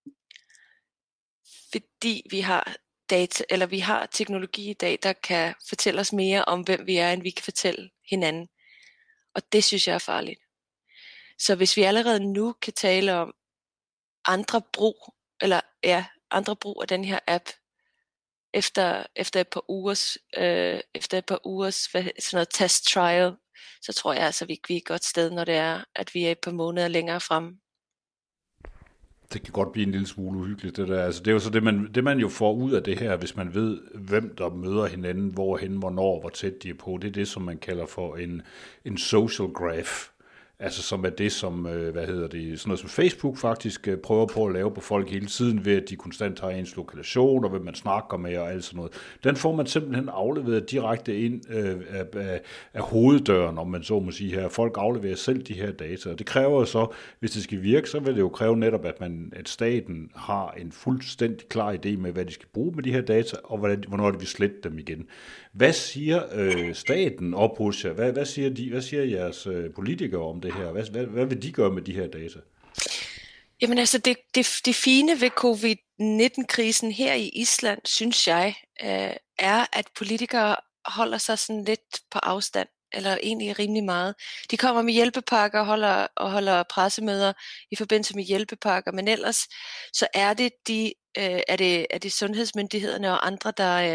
Fordi vi har data, eller vi har teknologi i dag, der kan fortælle os mere om, hvem vi er, end vi kan fortælle hinanden. Og det synes jeg er farligt. Så hvis vi allerede nu kan tale om andre brug af den her app, efter et par ugers sådan noget test trial, så tror jeg altså, vi er et godt sted, når det er, at vi er et par måneder længere fremme. Det kan godt blive en lille smule uhyggeligt, det der. Altså, det er jo så det man jo får ud af det her, hvis man ved, hvem der møder hinanden, hvorhen, hvornår, hvor tæt de er på. Det er det, som man kalder for en social graph. Altså som er det, som, sådan noget som Facebook faktisk prøver på at lave på folk hele tiden, ved at de konstant har ens lokation, og hvad man snakker med og alt sådan noget. Den får man simpelthen afleveret direkte ind af hoveddøren, om man så må sige her. Folk afleverer selv de her data, og det kræver så, hvis det skal virke, så vil det jo kræve netop, at staten har en fuldstændig klar idé med, hvad de skal bruge med de her data, og hvornår de vil slette dem igen. Hvad siger staten op hos jer? Hvad siger jeres politikere om det her? Hvad vil de gøre med de her data? Jamen altså, det fine ved covid-19-krisen her i Island, synes jeg, er, at politikere holder sig sådan lidt på afstand, eller egentlig rimelig meget. De kommer med hjælpepakker og holder pressemøder i forbindelse med hjælpepakker, men ellers så er det sundhedsmyndighederne og andre,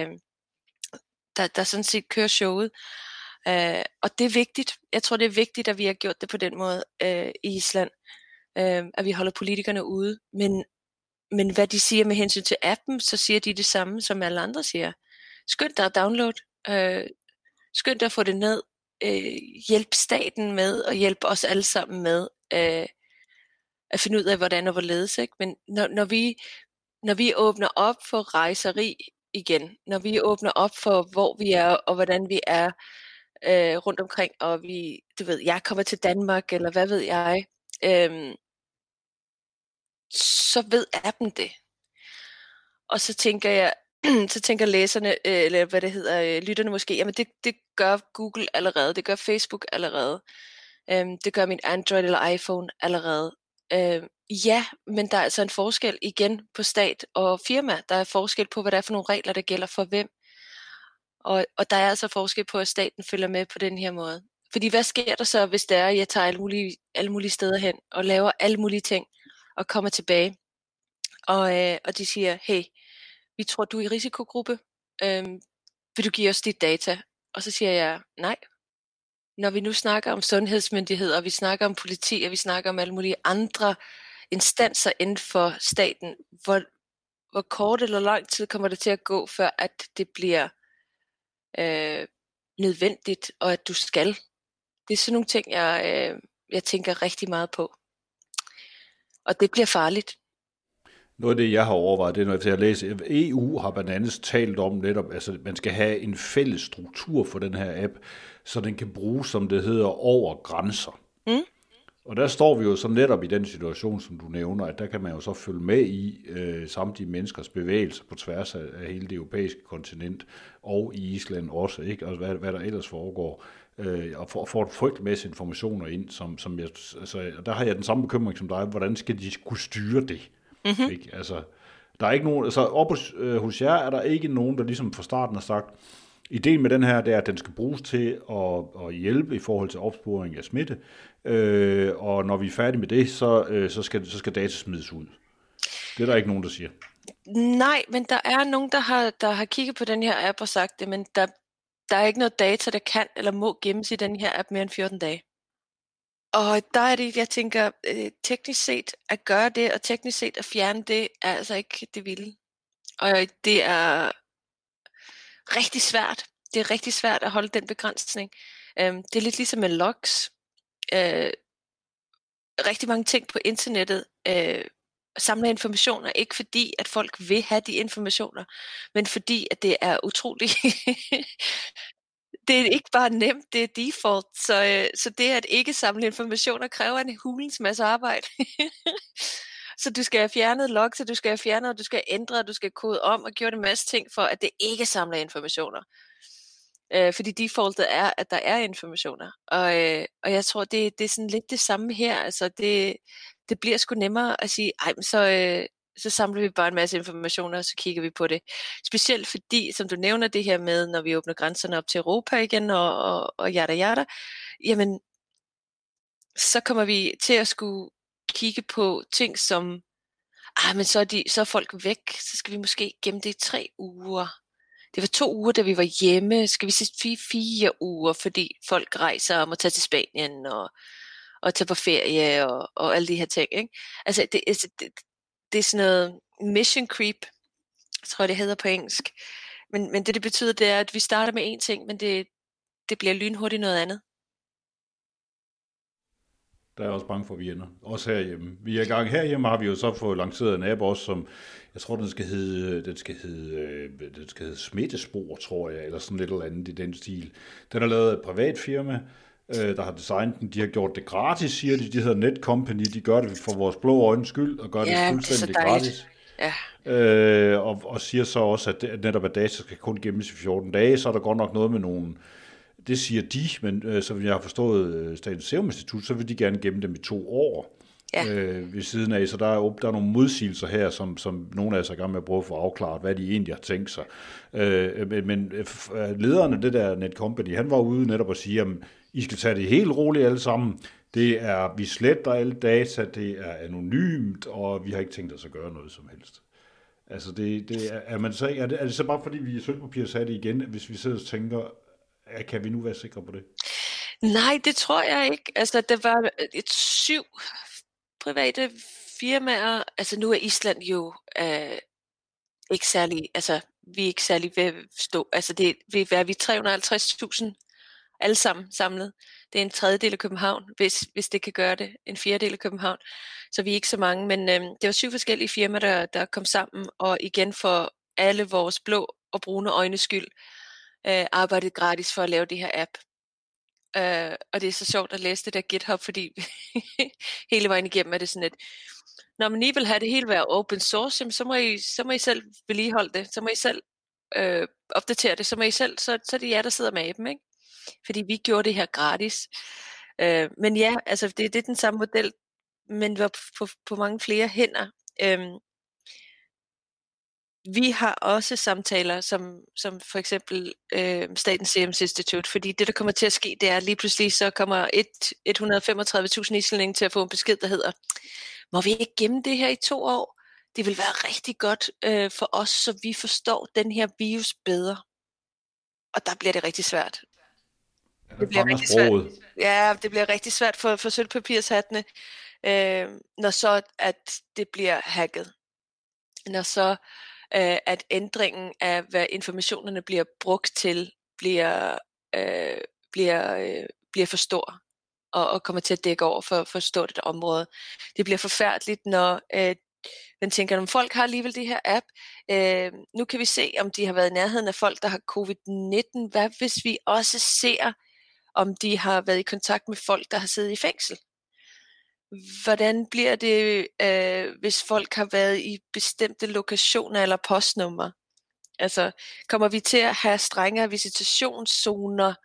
der sådan set kører showet. Og det er vigtigt. Jeg tror, det er vigtigt, at vi har gjort det på den måde i Island. At vi holder politikerne ude. Men hvad de siger med hensyn til appen, så siger de det samme, som alle andre siger. Skynd dig at download. Skynd dig at få det ned. Hjælp staten med, og hjælp os alle sammen med at finde ud af, hvordan og hvorledes. Ikke? Men når vi åbner op for rejseri igen, når vi åbner op for, hvor vi er, og hvordan vi er rundt omkring, og jeg kommer til Danmark, eller hvad ved jeg, så ved appen det. Og så tænker læserne, eller hvad det hedder, lytterne måske, jamen det gør Google allerede, det gør Facebook allerede, det gør min Android eller iPhone allerede. Ja, men der er altså en forskel igen på stat og firma. Der er forskel på, hvad der er for nogle regler, der gælder for hvem. Og der er altså forskel på, at staten følger med på den her måde. Fordi hvad sker der så, hvis det er, at jeg tager alle mulige steder hen og laver alle mulige ting og kommer tilbage? Og de siger, hey, vi tror, du er i risikogruppe. Vil du give os dit data? Og så siger jeg, nej. Når vi nu snakker om sundhedsmyndigheder, og vi snakker om politi, og vi snakker om alle mulige andre instanser inden for staten, hvor kort eller lang tid kommer det til at gå, før at det bliver nødvendigt, og at du skal. Det er sådan nogle ting, jeg tænker rigtig meget på. Og det bliver farligt. Noget af det, jeg har overvejet, det er, når jeg læser, EU har blandt andet talt om netop, altså man skal have en fælles struktur for den her app, så den kan bruges, som det hedder, over grænser. Mm. Og der står vi jo så netop i den situation, som du nævner, at der kan man jo så følge med i samtlige menneskers bevægelser på tværs af hele det europæiske kontinent, og i Island også, ikke? Og hvad der ellers foregår. Og får et frygtelig masse informationer ind, som jeg, altså, der har jeg den samme bekymring som dig. Hvordan skal de kunne styre det? Mm-hmm. Ikke? Altså, der er ikke nogen, altså op hos jer er der ikke nogen, der ligesom fra starten har sagt, ideen med den her, det er, at den skal bruges til at hjælpe i forhold til opsporing af smitte, og når vi er færdige med det, så skal data smides ud. Det er der ikke nogen, der siger. Nej, men der er nogen, der har kigget på den her app og sagt det, men der er ikke noget data, der kan eller må gemmes i den her app mere end 14 dage. Og der er det, jeg tænker, teknisk set at gøre det, og teknisk set at fjerne det, er altså ikke det vilde. Og det er rigtig svært. Det er rigtig svært at holde den begrænsning. Det er lidt ligesom med logs. Rigtig mange ting på internettet samler informationer, ikke fordi, at folk vil have de informationer, men fordi, at det er utroligt. Det er ikke bare nemt, det er default, så det at ikke samle informationer kræver en hulens masse arbejde. Så du skal have fjernet logs, og du skal have fjernet, og du skal ændre, og du skal kode om og gjort en masse ting for, at det ikke samler informationer. Fordi defaultet er, at der er informationer. Og jeg tror, det er sådan lidt det samme her. Altså det bliver sgu nemmere at sige, ej, men så samler vi bare en masse informationer, og så kigger vi på det. Specielt fordi, som du nævner det her med, når vi åbner grænserne op til Europa igen, og yada, jamen, så kommer vi til at skulle kigge på ting som, men så er folk væk, så skal vi måske gemme det i 3 uger. Det var 2 uger, da vi var hjemme, skal vi sige 4 uger, fordi folk rejser og må tage til Spanien, og tage på ferie, og alle de her ting, ikke? Altså, det er sådan noget mission creep, jeg tror det hedder på engelsk. Men det betyder, det er, at vi starter med én ting, men det bliver lynhurtigt noget andet. Der er jeg også bange for, at vi ender. Også herhjemme. Vi er i gang herhjemme, har vi jo så fået lanceret en app også, som jeg tror, den skal hedde Smittespor, tror jeg, eller sådan lidt eller andet i den stil. Den er lavet af et privat firma, der har designet den. De har gjort det gratis, siger de. De hedder Netcompany. De gør det for vores blå øjnes skyld, og gør det fuldstændig gratis. Ja. Og siger så også, at netop at data skal kun gemmes i 14 dage, så er der godt nok noget med nogle. Det siger de, men som jeg har forstået Statens Serum Institut, så vil de gerne gemme dem i 2 år ved siden af. Så der er nogle modsigelser her, som nogle af os er i gang med at prøve at få afklaret, hvad de egentlig har tænkt sig. Men lederen af det der Netcompany, han var ude netop at sige, at I skal tage det helt roligt alle sammen. Vi sletter alle data, det er anonymt, og vi har ikke tænkt os at gøre noget som helst. Altså, er det så bare fordi, vi i sølvpapir sagde det igen, hvis vi sidder og tænker, kan vi nu være sikre på det? Nej, det tror jeg ikke. Altså, der var 7 private firmaer. Altså, nu er Island jo ikke særlig, altså, vi er ikke særlig ved at stå. Altså, det vil være vi 350.000 alle sammen samlet. Det er en tredjedel af København, hvis det kan gøre det. En fjerdedel af København. Så vi er ikke så mange, men det var 7 forskellige firmaer, der kom sammen, og igen for alle vores blå og brune øjnes skyld, arbejdet gratis for at lave det her app. Og det er så sjovt at læse det der GitHub, fordi hele vejen igennem er det sådan et, når man lige vil have det hele være open source, så må I selv vedligeholde det, så må I selv opdatere det, så må I selv, så er det jer, der sidder med appen, ikke? Fordi vi gjorde det her gratis. Men ja, altså det er den samme model, men var på mange flere hænder. Vi har også samtaler, som for eksempel Statens Serum Institut, fordi det, der kommer til at ske, det er lige pludselig, så kommer 135.000 islændinge til at få en besked, der hedder, må vi ikke gemme det her i 2 år? Det vil være rigtig godt for os, så vi forstår den her virus bedre. Og der bliver det rigtig svært. Det bliver rigtig svært. Ja, det bliver rigtig svært for sølvpapirshattene, når så at det bliver hacket. Når så at ændringen af, hvad informationerne bliver brugt til, bliver for stor og kommer til at dække over for stort et område. Det bliver forfærdeligt, når man tænker, om folk har alligevel det her app. Nu kan vi se, om de har været i nærheden af folk, der har covid-19. Hvad hvis vi også ser, om de har været i kontakt med folk, der har siddet i fængsel? Hvordan bliver det, hvis folk har været i bestemte lokationer eller postnumre? Altså, kommer vi til at have strengere visitationszoner?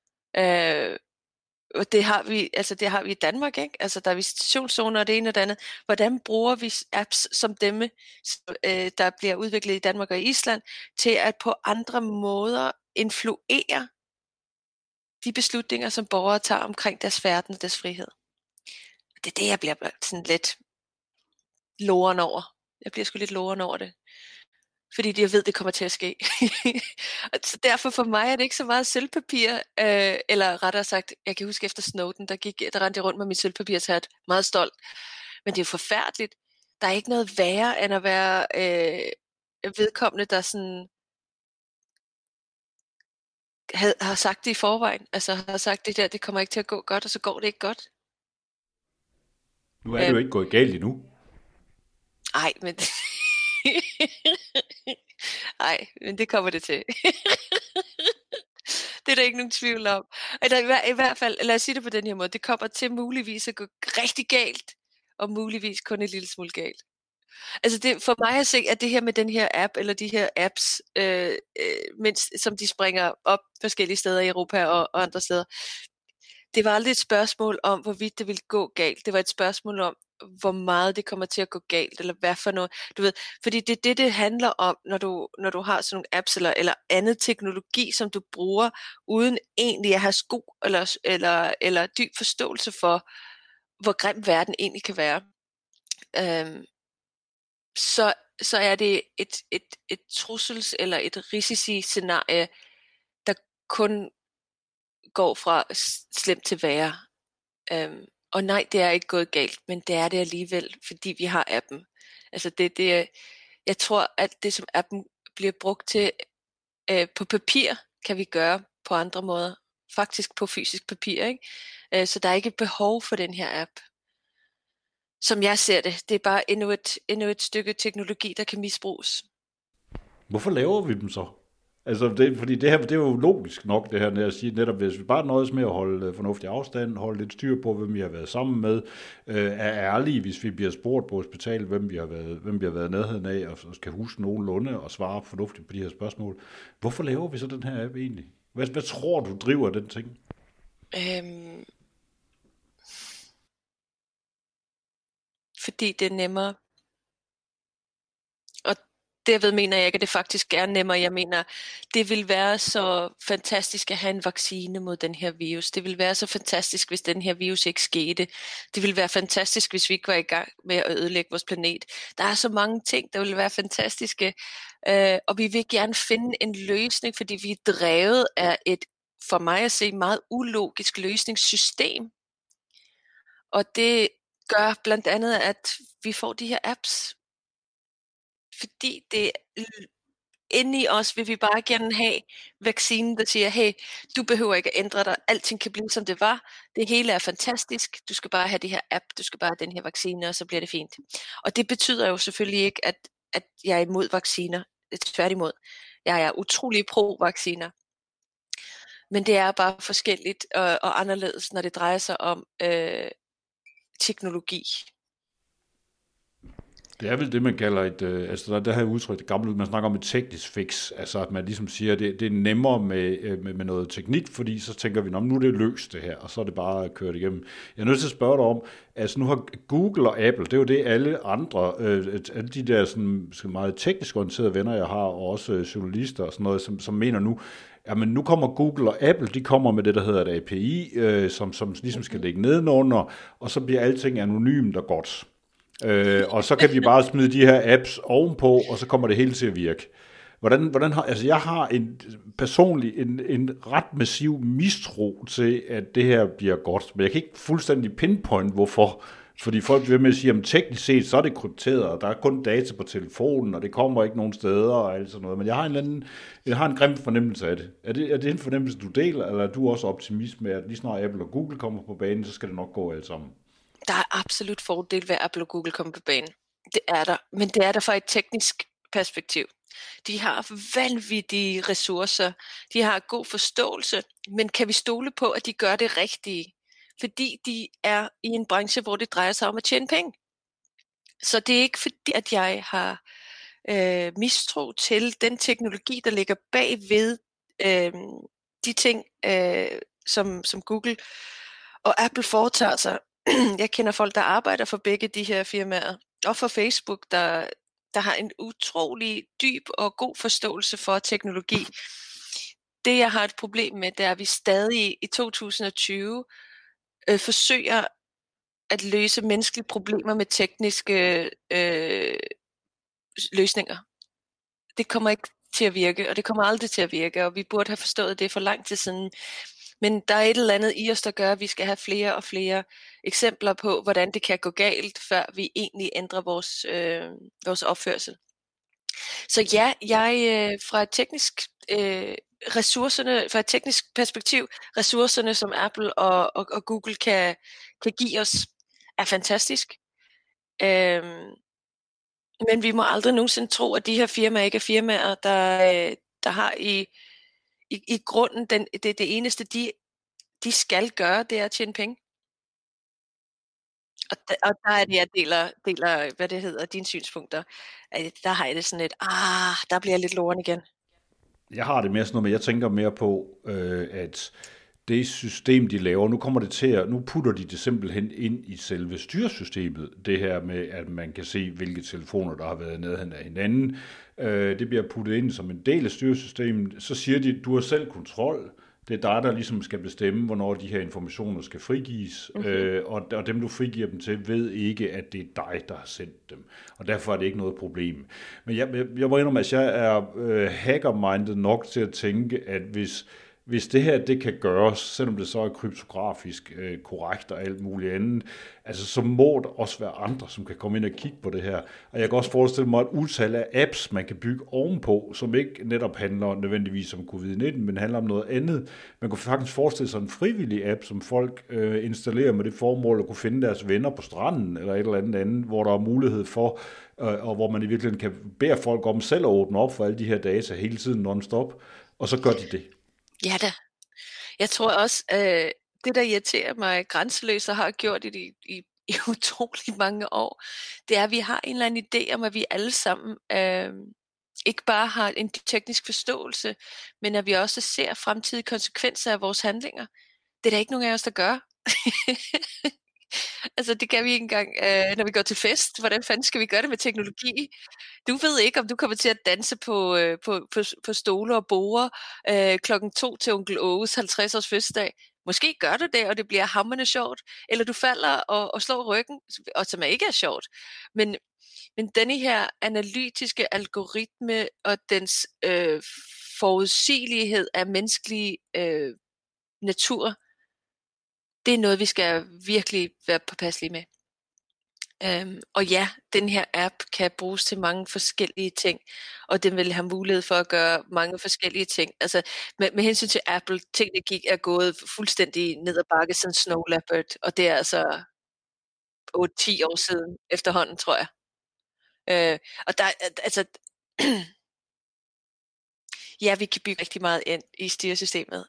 Og det har vi i Danmark, ikke? Altså, der er visitationszoner og det ene og det andet. Hvordan bruger vi apps som dem, der bliver udviklet i Danmark og i Island, til at på andre måder influere de beslutninger, som borgere tager omkring deres færden og deres frihed? Det er det, jeg bliver sådan lidt loren over. Jeg bliver sgu lidt loren over det. Fordi jeg ved, det kommer til at ske. Så derfor for mig er det ikke så meget sølvpapir, eller rettere sagt, jeg kan huske efter Snowden, der rendte jeg rundt med min sølvpapirshat, meget stolt. Men det er jo forfærdeligt. Der er ikke noget værre, end at være vedkommende, der sådan har sagt det i forvejen. Altså har sagt det der, det kommer ikke til at gå godt, og så går det ikke godt. Nu er det jo ikke gået galt endnu. Ej, men det kommer det til. Det er der ikke nogen tvivl om. Eller i hvert fald, lad os sige det på den her måde, det kommer til muligvis at gå rigtig galt, og muligvis kun et lille smule galt. Altså det, for mig at se, at det her med den her app, eller de her apps, som de springer op forskellige steder i Europa og andre steder, det var aldrig et spørgsmål om, hvorvidt det ville gå galt. Det var et spørgsmål om, hvor meget det kommer til at gå galt, eller hvad for noget. Du ved, fordi det er det handler om, når du har sådan nogle apps, eller andet teknologi, som du bruger, uden egentlig at have eller dyb forståelse for, hvor grim verden egentlig kan være. Så er det et trussels- eller et risici-scenarie, der kun går fra slemt til værre. Og nej, det er ikke gået galt, men det er det alligevel, fordi vi har appen. Altså jeg tror, at det som appen bliver brugt til på papir, kan vi gøre på andre måder. Faktisk på fysisk papir, ikke? Så der er ikke behov for den her app. Som jeg ser det, det er bare endnu et stykke teknologi, der kan misbruges. Hvorfor laver vi dem så? Altså, fordi det her, det er jo logisk nok, det her, når jeg siger netop, hvis vi bare nøjes med at holde fornuftig afstand, holde lidt styr på, hvem vi har været sammen med, er ærlige, hvis vi bliver spurgt på hospitalet, hvem vi har været nærheden af, og skal huske nogenlunde og svare fornuftigt på de her spørgsmål. Hvorfor laver vi så den her app egentlig? Hvad tror du driver den ting? Fordi det er nemmere. Og derved mener jeg ikke, at det faktisk er nemmere. Jeg mener, det vil være så fantastisk at have en vaccine mod den her virus. Det vil være så fantastisk, hvis den her virus ikke skete. Det vil være fantastisk, hvis vi ikke var i gang med at ødelægge vores planet. Der er så mange ting, der vil være fantastiske. Og vi vil gerne finde en løsning, fordi vi er drevet af et, for mig at se, meget ulogisk løsningssystem. Og det gør blandt andet, at vi får de her apps. Fordi det inde i os vil vi bare gerne have vaccinen, der siger, hey, du behøver ikke at ændre dig, alting kan blive som det var, det hele er fantastisk, du skal bare have det her app, du skal bare have den her vaccine, og så bliver det fint. Og det betyder jo selvfølgelig ikke, at jeg er imod vacciner, tværtimod. Jeg er utrolig pro-vacciner. Men det er bare forskelligt og anderledes, når det drejer sig om teknologi. Det er vel det, man kalder altså der her udtryk, det gamle, man snakker om et teknisk fix, altså at man ligesom siger, at det er nemmere med noget teknik, fordi så tænker vi, nu er det løst det her, og så er det bare at køre det igennem. Jeg er nødt til at spørge dig om, altså nu har Google og Apple, det er jo det alle andre, alle de der sådan meget teknisk orienterede venner, jeg har, og også journalister og sådan noget, som mener nu, jamen nu kommer Google og Apple, de kommer med det, der hedder et API, som ligesom skal ligge nedenunder, og så bliver alting anonymt og godt. Og så kan vi bare smide de her apps ovenpå, og så kommer det hele til at virke. Jeg har personligt en ret massiv mistro til, at det her bliver godt, men jeg kan ikke fuldstændig pinpoint, hvorfor. Fordi folk vil med at sige, at teknisk set, så er det krypteret, og der er kun data på telefonen, og det kommer ikke nogen steder, og alt sådan noget. Men jeg har en grim fornemmelse af det. Er det en fornemmelse, du deler, eller er du også optimist med, at lige snart Apple og Google kommer på banen, så skal det nok gå alt sammen? Der er absolut fordel ved, at Apple og Google kommer på banen. Det er der, men det er der fra et teknisk perspektiv. De har vanvittige ressourcer, de har god forståelse, men kan vi stole på, at de gør det rigtige? Fordi de er i en branche, hvor det drejer sig om at tjene penge. Så det er ikke fordi, at jeg har mistro til den teknologi, der ligger bagved de ting, som Google og Apple foretager sig. Jeg kender folk, der arbejder for begge de her firmaer, og for Facebook, der har en utrolig dyb og god forståelse for teknologi. Det, jeg har et problem med, det er, at vi stadig i 2020 forsøger at løse menneskelige problemer med tekniske løsninger. Det kommer ikke til at virke, og det kommer aldrig til at virke, og vi burde have forstået det for lang tid siden. Men der er et eller andet i os, der gør, at vi skal have flere og flere eksempler på, hvordan det kan gå galt, før vi egentlig ændrer vores opførsel. Så ja, jeg fra et teknisk perspektiv, ressourcerne som Apple og Google kan give os, er fantastisk. Men vi må aldrig nogensinde tro, at de her firmaer ikke er firmaer, der har i grunden det eneste, de skal gøre, det er at tjene penge. Og der er det, jeg deler, hvad det hedder, dine synspunkter. Der har jeg det sådan lidt, der bliver lidt loren igen. Jeg har det mere sådan noget, men jeg tænker mere på, at det system, de laver, nu putter de det simpelthen ind i selve styresystemet. Det her med, at man kan se, hvilke telefoner, der har været nede af hinanden. Det bliver puttet ind som en del af styresystemet. Så siger de, du har selv kontrol. Det er dig, der ligesom skal bestemme, hvornår de her informationer skal frigives, og dem, du frigiver dem til, ved ikke, at det er dig, der har sendt dem. Og derfor er det ikke noget problem. Men jeg må indrømme, at jeg er hacker-minded nok til at tænke, at hvis hvis det her det kan gøres, selvom det så er kryptografisk korrekt og alt muligt andet, altså så må der også være andre, som kan komme ind og kigge på det her. Og jeg kan også forestille mig et utal af apps, man kan bygge ovenpå, som ikke netop handler nødvendigvis om covid-19, men handler om noget andet. Man kunne faktisk forestille sig en frivillig app, som folk installerer med det formål at kunne finde deres venner på stranden, eller et eller andet, hvor der er mulighed for, og hvor man i virkeligheden kan bede folk om selv at åbne op for alle de her data hele tiden non-stop, og så gør de det. Ja da. Jeg tror også, det der irriterer mig grænseløst og har gjort i utrolig mange år, det er, at vi har en eller anden idé om, at vi alle sammen ikke bare har en teknisk forståelse, men at vi også ser fremtidige konsekvenser af vores handlinger. Det er der ikke nogen af os, der gør. Altså det kan vi ikke engang, når vi går til fest. Hvordan fanden skal vi gøre det med teknologi? Du ved ikke, om du kommer til at danse på stole og borde 2:00 til onkel Åges 50-års fødselsdag. Måske gør du det, og det bliver hamrende sjovt. Eller du falder og slår ryggen, og som ikke er sjovt. Men denne her analytiske algoritme og dens forudsigelighed af menneskelig natur, det er noget, vi skal virkelig være påpasselige med. Og ja, den her app kan bruges til mange forskellige ting, og den vil have mulighed for at gøre mange forskellige ting. Altså med hensyn til Apple, teknik er gået fuldstændig ned ad bakke som Snow Leopard, og det er altså 8-10 år siden efterhånden, tror jeg. Og der, altså, ja, vi kan bygge rigtig meget ind i styresystemet.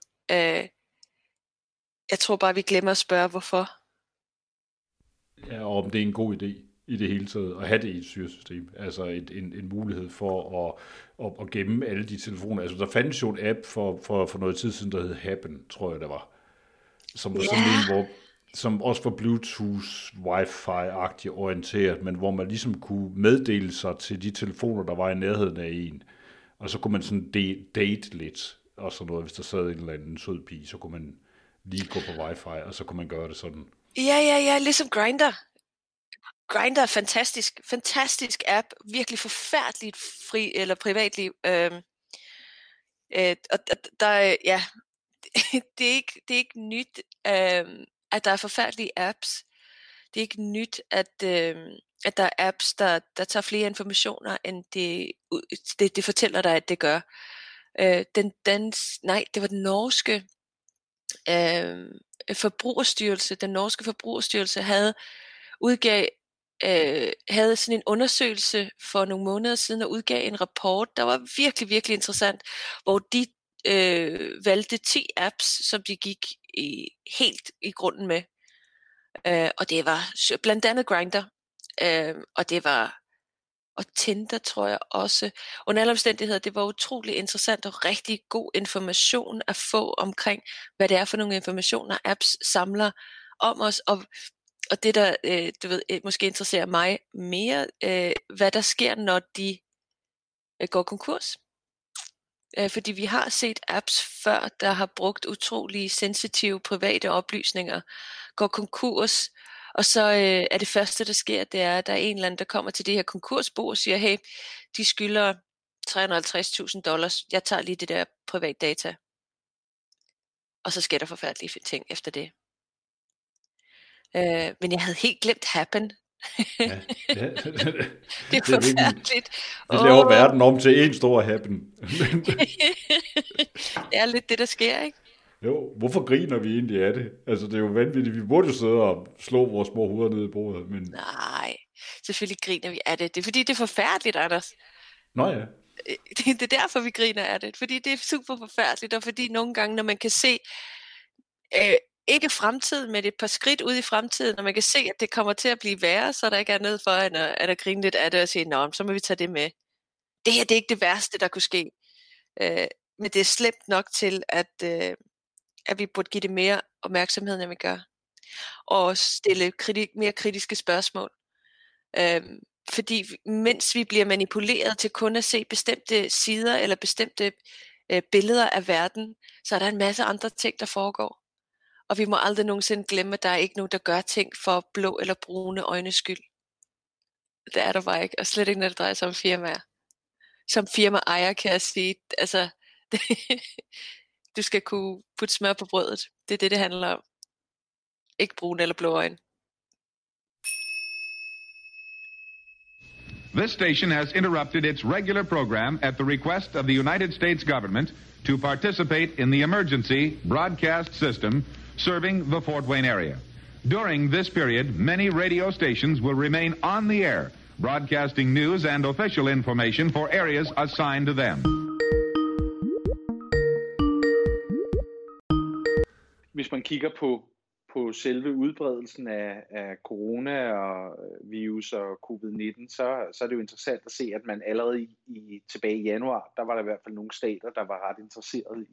Jeg tror bare, vi glemmer at spørge, hvorfor. Ja, og om det er en god idé i det hele taget at have det i et styresystem. Altså en mulighed for at gemme alle de telefoner. Altså der fandtes jo en app for noget tid siden, der hed Happen, tror jeg det var. Som var sådan en, som også var Bluetooth, Wi-Fi-agtigt orienteret, men hvor man ligesom kunne meddele sig til de telefoner, der var i nærheden af en. Og så kunne man sådan date lidt, og sådan noget. Hvis der sad en eller anden sød pige, så kunne man lige gå på Wi-Fi, og så kunne man gøre det sådan. Ja, ligesom Grindr. Grindr er fantastisk app, virkelig forfærdeligt fri eller privatliv. Og der, ja, det er ikke nyt, at der er forfærdelige apps. Det er ikke nyt, at der er apps, der tager flere informationer, end det fortæller dig, at det gør. Det var den norske forbrugerstyrelse. Den norske forbrugerstyrelse havde sådan en undersøgelse for nogle måneder siden og udgav en rapport, der var virkelig, virkelig interessant, hvor de valgte 10 apps, som de gik helt i grunden med. Og det var blandt andet Grindr, og det var og Tinder, tror jeg også. Under alle omstændigheder, det var utrolig interessant og rigtig god information at få omkring, hvad det er for nogle informationer, apps samler om os, og det der, du ved, måske interesserer mig mere, hvad der sker, når de går konkurs. Fordi vi har set apps før, der har brugt utrolig sensitive private oplysninger, går konkurs, og så er det første, der sker, det er, at der er en eller anden, der kommer til det her konkursbo og siger, hey, de skylder $350,000, jeg tager lige det der privat data. Og så sker der forfærdelige ting efter det. Men jeg havde helt glemt Happen. Ja. Det er forfærdeligt. Det laver verden om til en stor Happen. Det er lidt det, der sker, ikke? Jo, hvorfor griner vi egentlig af det? Altså, det er jo vanvittigt. Vi burde jo sidde og slå vores små hoveder ned i bordet, men... Nej, selvfølgelig griner vi af det. Det er fordi, det er forfærdeligt, Anders. Nå ja. Det er derfor, vi griner af det. Fordi det er super forfærdeligt, og fordi nogle gange, når man kan se... ikke fremtiden, men et par skridt ud i fremtiden, når man kan se, at det kommer til at blive værre, så der ikke er noget for at grine lidt af det og sige, nå, så må vi tage det med. Det her, det er ikke det værste, der kunne ske. Men det er slemt nok til, at vi burde give det mere opmærksomhed, end vi gør. Og stille mere kritiske spørgsmål. Fordi mens vi bliver manipuleret til kun at se bestemte sider eller bestemte billeder af verden, så er der en masse andre ting, der foregår. Og vi må aldrig nogensinde glemme, at der er ikke nogen, der gør ting for blå eller brune øjnes skyld. Det er der bare ikke, og slet ikke, når det drejer sig om firmaer. Som firmaejer kan jeg sige, altså, Du skal kunne putte smør på brødet. Det er det handler om. Ikke brune eller blå øjne. This station has interrupted its regular program at the request of the United States government to participate in the emergency broadcast system serving the Fort Wayne area. During this period, many radio stations will remain on the air, broadcasting news and official information for areas assigned to them. Hvis man kigger på selve udbredelsen af corona og virus og covid-19, så er det jo interessant at se, at man allerede tilbage i januar, der var der i hvert fald nogle stater, der var ret interesseret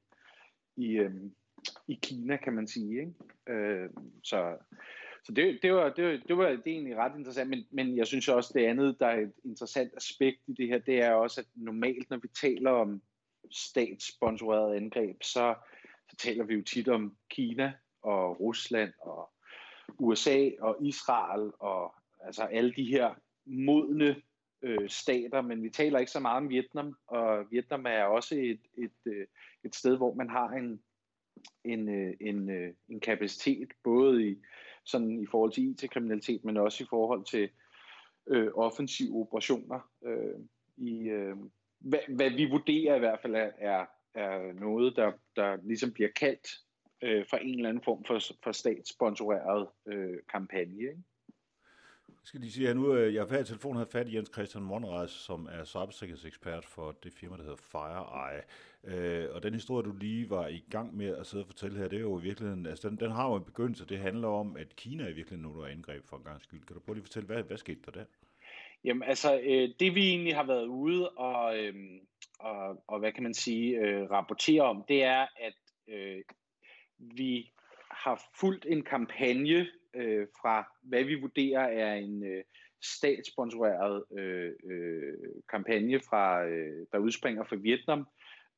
i Kina, kan man sige, ikke? Så det var egentlig ret interessant, men jeg synes også, det andet, der er et interessant aspekt i det her, det er også, at normalt, når vi taler om statssponsoreret angreb, så taler vi jo tit om Kina og Rusland og USA og Israel og altså alle de her modne stater, men vi taler ikke så meget om Vietnam, og Vietnam er også et sted, hvor man har en kapacitet, både i forhold til IT-kriminalitet, men også i forhold til offensive operationer. Hvad vi vurderer i hvert fald er noget, der ligesom bliver kaldt for en eller anden form for statssponsoreret kampagne. Ikke? Jeg skal lige sige, at nu jeg har fået telefonen havde fat i Jens Christian Monrejs, som er cybersikkerhedsekspert for det firma, der hedder FireEye. Og den historie, du lige var i gang med at sidde og fortælle her, det er jo i virkeligheden, altså den har jo en begyndelse. Det handler om, at Kina i virkeligheden nu er angreb for en gang skyld. Kan du prøve lige fortælle, hvad skete der? Jamen altså, det vi egentlig har været ude og hvad kan man sige, rapportere om, det er, at vi har fulgt en kampagne fra, hvad vi vurderer er en statssponsoreret kampagne, der udspringer fra Vietnam,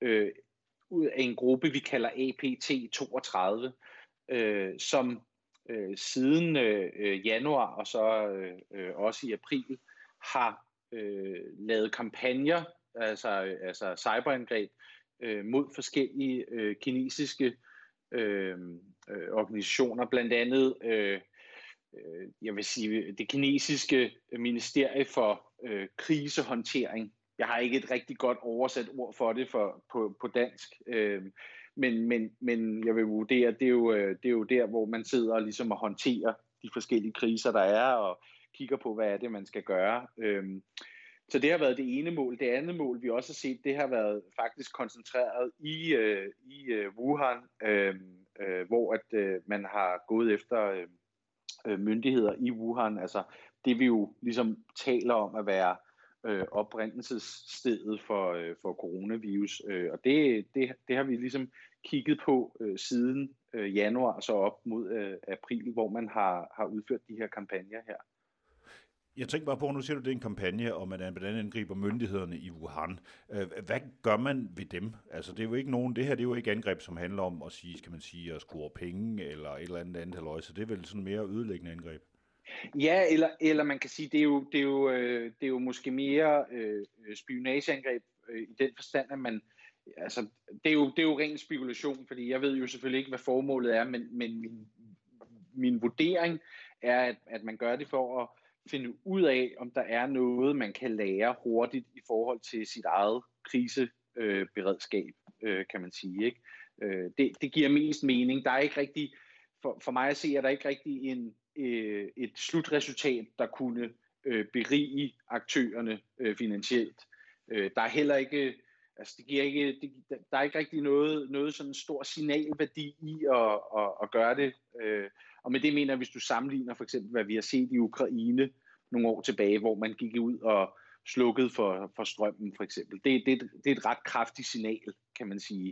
ud af en gruppe, vi kalder APT32, som siden januar og så også i april har lavet kampagner, altså cyberangreb, mod forskellige kinesiske organisationer, blandt andet jeg vil sige det kinesiske ministerie for krisehåndtering. Jeg har ikke et rigtig godt oversat ord for det på dansk, men jeg vil vurdere, at det er jo der, hvor man sidder ligesom og håndterer de forskellige kriser, der er, og kigger på, hvad er det, man skal gøre. Så det har været det ene mål. Det andet mål, vi også har set, det har været faktisk koncentreret i Wuhan, hvor at man har gået efter myndigheder i Wuhan. Altså det vi jo ligesom taler om at være oprindelsesstedet for coronavirus. Og det har vi ligesom kigget på siden januar, så op mod april, hvor man har udført de her kampagner her. Jeg tænker bare på, nu siger du, det er en kampagne, og man blandt andet angriber myndighederne i Wuhan. Hvad gør man ved dem? Altså, det er jo ikke det her det er jo ikke angreb, som handler om at sige, skal man sige, at score penge eller et eller andet halløj, så det er vel sådan mere ødelæggende angreb? Ja, eller man kan sige, det er jo måske mere spionageangreb i den forstand, at man, altså, det er jo ren spekulation, fordi jeg ved jo selvfølgelig ikke, hvad formålet er, men min vurdering er, at man gør det for at finde ud af, om der er noget, man kan lære hurtigt i forhold til sit eget kriseberedskab, kan man sige. Ikke? Det giver mest mening. Der er ikke rigtig, for mig at se, er der ikke rigtig et slutresultat, der kunne berige aktørerne finansielt. Der er heller ikke, altså der er ikke rigtig noget sådan stor signalværdi i at gøre det. Og med det mener jeg, hvis du sammenligner for eksempel, hvad vi har set i Ukraine nogle år tilbage, hvor man gik ud og slukkede for strømmen for eksempel. Det er et ret kraftigt signal, kan man sige,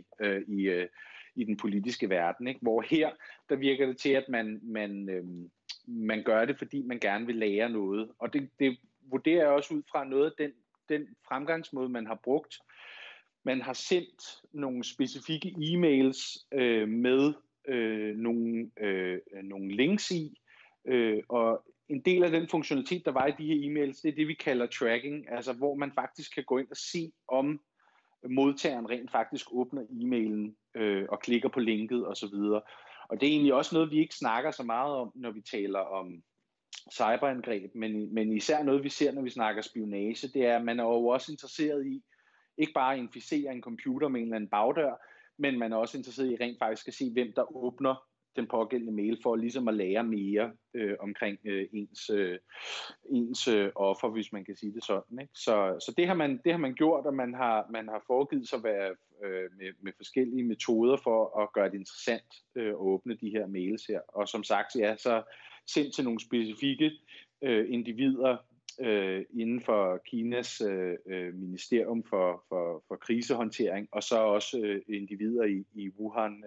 i den politiske verden. Ikke? Hvor her, der virker det til, at man gør det, fordi man gerne vil lære noget. Og det vurderer jeg også ud fra noget af den fremgangsmåde, man har brugt. Man har sendt nogle specifikke e-mails med nogle links i, og en del af den funktionalitet, der var i de her e-mails, det er det, vi kalder tracking, altså hvor man faktisk kan gå ind og se, om modtageren rent faktisk åbner e-mailen og klikker på linket osv. Og det er egentlig også noget, vi ikke snakker så meget om, når vi taler om cyberangreb, men især noget, vi ser, når vi snakker spionage, det er, at man er jo også interesseret i ikke bare at inficere en computer med en eller anden bagdør, men man er også interesseret i rent faktisk at se, hvem der åbner den pågældende mail, for ligesom at lære mere omkring ens offer, hvis man kan sige det sådan. Ikke? Så det har man gjort, og man har foregivet sig med forskellige metoder for at gøre det interessant at åbne de her mails her. Og som sagt, ja, så sendt til nogle specifikke individer inden for Kinas ministerium for krisehåndtering, og så også individer i Wuhan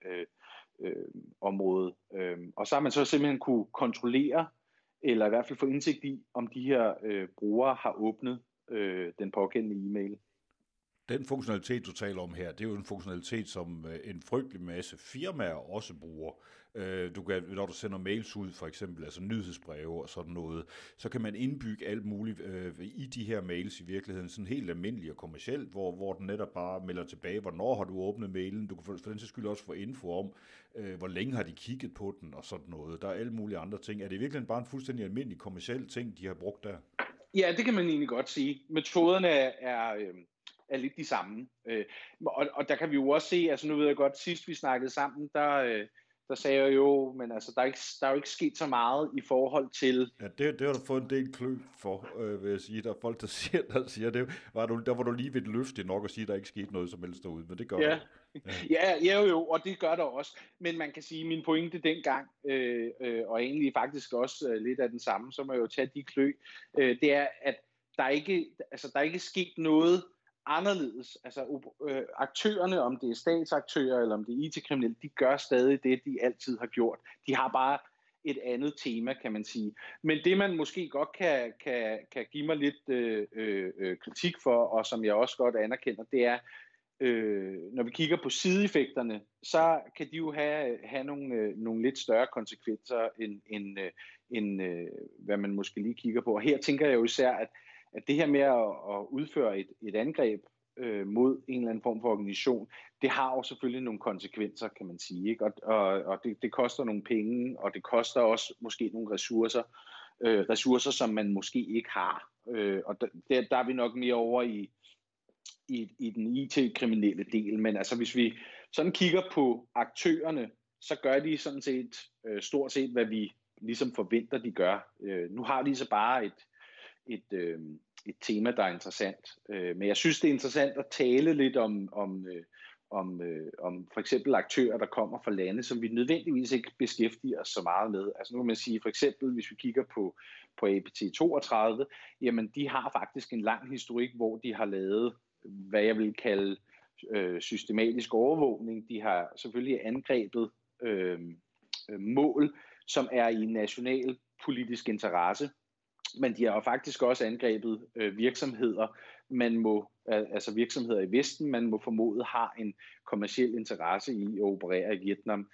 området. Og så har man så simpelthen kunne kontrollere, eller i hvert fald få indsigt i, om de her brugere har åbnet den pågældende e-mail. Den funktionalitet, du taler om her, det er jo en funktionalitet, som en frygtelig masse firmaer også bruger. Du kan, når du sender mails ud, for eksempel, altså nyhedsbreve og sådan noget, så kan man indbygge alt muligt i de her mails i virkeligheden, sådan helt almindeligt og kommercielt, hvor den netop bare melder tilbage, hvornår har du åbnet mailen. Du kan for den sags skyld også få info om, hvor længe har de kigget på den og sådan noget. Der er alle mulige andre ting. Er det virkelig bare en fuldstændig almindelig kommerciel ting, de har brugt der? Ja, det kan man egentlig godt sige. Metoderne er lidt de samme. Og der kan vi jo også se, altså nu ved jeg godt, sidst vi snakkede sammen, der sagde jeg jo, men altså der er jo ikke sket så meget i forhold til... Ja, det har du fået en del klø for, vil jeg sige. Der er folk, der siger det. Der var du lige ved et løfte nok at sige, at der ikke skete noget som helst derude, men det gør ja. Ja, jo, og det gør der også. Men man kan sige, at min pointe dengang, og egentlig faktisk også lidt af den samme, så må jeg jo tage de klø, det er, at der er ikke sket noget anderledes. Altså aktørerne, om det er statsaktører eller om det er IT-kriminelle, de gør stadig det, de altid har gjort. De har bare et andet tema, kan man sige. Men det, man måske godt kan give mig lidt kritik for, og som jeg også godt anerkender, det er, når vi kigger på sideeffekterne, så kan de jo have nogle lidt større konsekvenser, end hvad man måske lige kigger på. Og her tænker jeg jo især, at det her med at udføre et angreb mod en eller anden form for organisation, det har jo selvfølgelig nogle konsekvenser, kan man sige. Ikke? Og det koster nogle penge, og det koster også måske nogle ressourcer, som man måske ikke har. Og der er vi nok mere over i den IT-kriminelle del. Men altså, hvis vi sådan kigger på aktørerne, så gør de sådan set stort set, hvad vi ligesom forventer, de gør. Nu har de så bare et tema, der er interessant. Men jeg synes, det er interessant at tale lidt om for eksempel aktører, der kommer fra lande, som vi nødvendigvis ikke beskæftiger os så meget med. Altså nu kan man sige, for eksempel, hvis vi kigger på APT32, jamen de har faktisk en lang historik, hvor de har lavet, hvad jeg vil kalde systematisk overvågning. De har selvfølgelig angrebet mål, som er i national politisk interesse, men de har jo faktisk også angrebet virksomheder, altså virksomheder i Vesten, man må formode har en kommerciel interesse i at operere i Vietnam.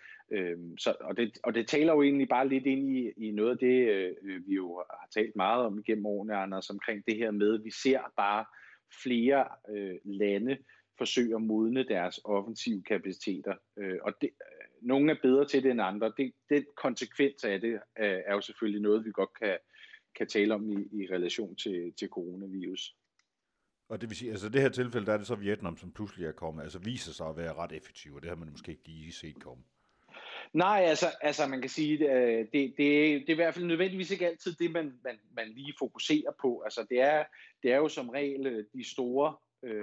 Og det taler jo egentlig bare lidt ind i noget af det, vi jo har talt meget om igennem årene, Anders, omkring det her med, at vi ser bare flere lande forsøge at modne deres offensive kapaciteter. Og nogle er bedre til det end andre. Den konsekvens af det er jo selvfølgelig noget, vi godt kan tale om i relation til coronavirus. Og det vil sige, altså det her tilfælde, der er det så Vietnam, som pludselig er kommet, altså viser sig at være ret effektiv, og det har man måske ikke lige set komme. Nej, altså man kan sige, det er i hvert fald nødvendigvis ikke altid det, man lige fokuserer på. Altså det er jo som regel de store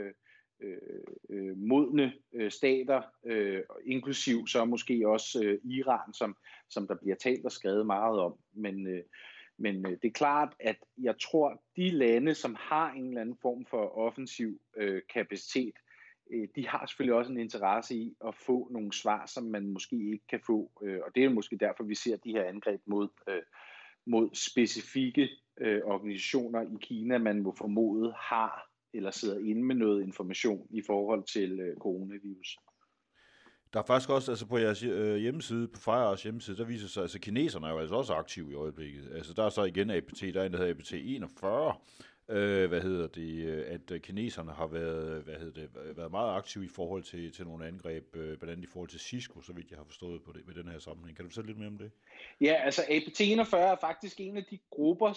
modne stater, inklusiv så måske også Iran, som der bliver talt og skrevet meget om. Men det er klart, at jeg tror, de lande, som har en eller anden form for offensiv kapacitet, de har selvfølgelig også en interesse i at få nogle svar, som man måske ikke kan få. Og det er jo måske derfor, vi ser de her angreb mod specifikke organisationer i Kina, man må formode har eller sidder inde med noget information i forhold til coronavirus. Der er faktisk også, altså på jeres hjemmeside, på FireEyes hjemmeside, der viser sig, altså kineserne er jo altså også aktive i øjeblikket. Altså der er så igen APT, der er en, der hedder APT 41, at kineserne har været meget aktive i forhold til nogle angreb, blandt andet i forhold til Cisco, så vidt jeg har forstået på det ved den her sammenhæng. Kan du fortælle lidt mere om det? Ja, altså APT41 er faktisk en af de grupper,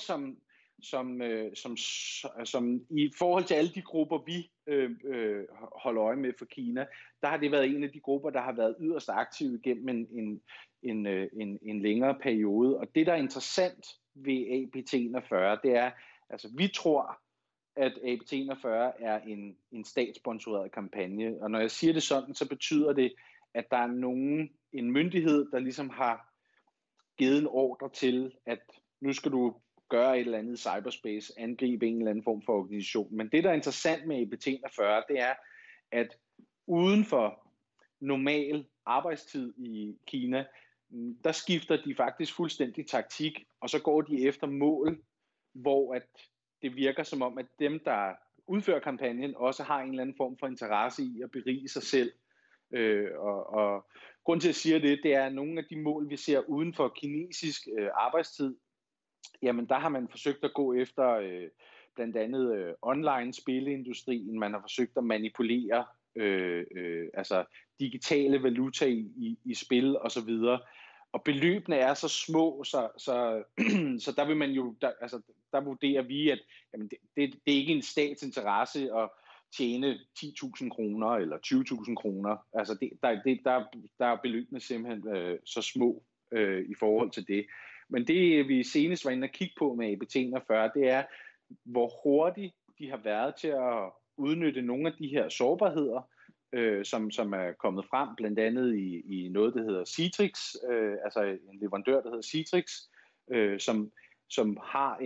som i forhold til alle de grupper, vi holder øje med for Kina, der har det været en af de grupper, der har været yderst aktive gennem en længere periode. Og det, der er interessant ved APT41, det er, altså vi tror, at APT41 er en statssponsoreret kampagne. Og når jeg siger det sådan, så betyder det, at der er en myndighed, der ligesom har givet en ordre til, at nu skal du gøre et eller andet cyberspace, angribe en eller anden form for organisation. Men det, der er interessant med APT41, det er, at uden for normal arbejdstid i Kina, der skifter de faktisk fuldstændig taktik, og så går de efter mål, hvor at det virker som om, at dem, der udfører kampagnen, også har en eller anden form for interesse i at berige sig selv. Og grund til at sige det er, at nogle af de mål, vi ser uden for kinesisk arbejdstid, jamen der har man forsøgt at gå efter blandt andet online spilleindustrien, man har forsøgt at manipulere altså digitale valuta i spil og så videre. Og beløbene er så små, så der vil man jo, der vurderer vi, at jamen, det er ikke en statsinteresse at tjene 10.000 kroner eller 20.000 kroner. Altså der er beløbene simpelthen så små i forhold til det. Men det vi senest var inde og kigge på med APT41, det er, hvor hurtigt de har været til at udnytte nogle af de her sårbarheder, som er kommet frem, blandt andet i noget, der hedder Citrix, altså en leverandør, der hedder Citrix, som har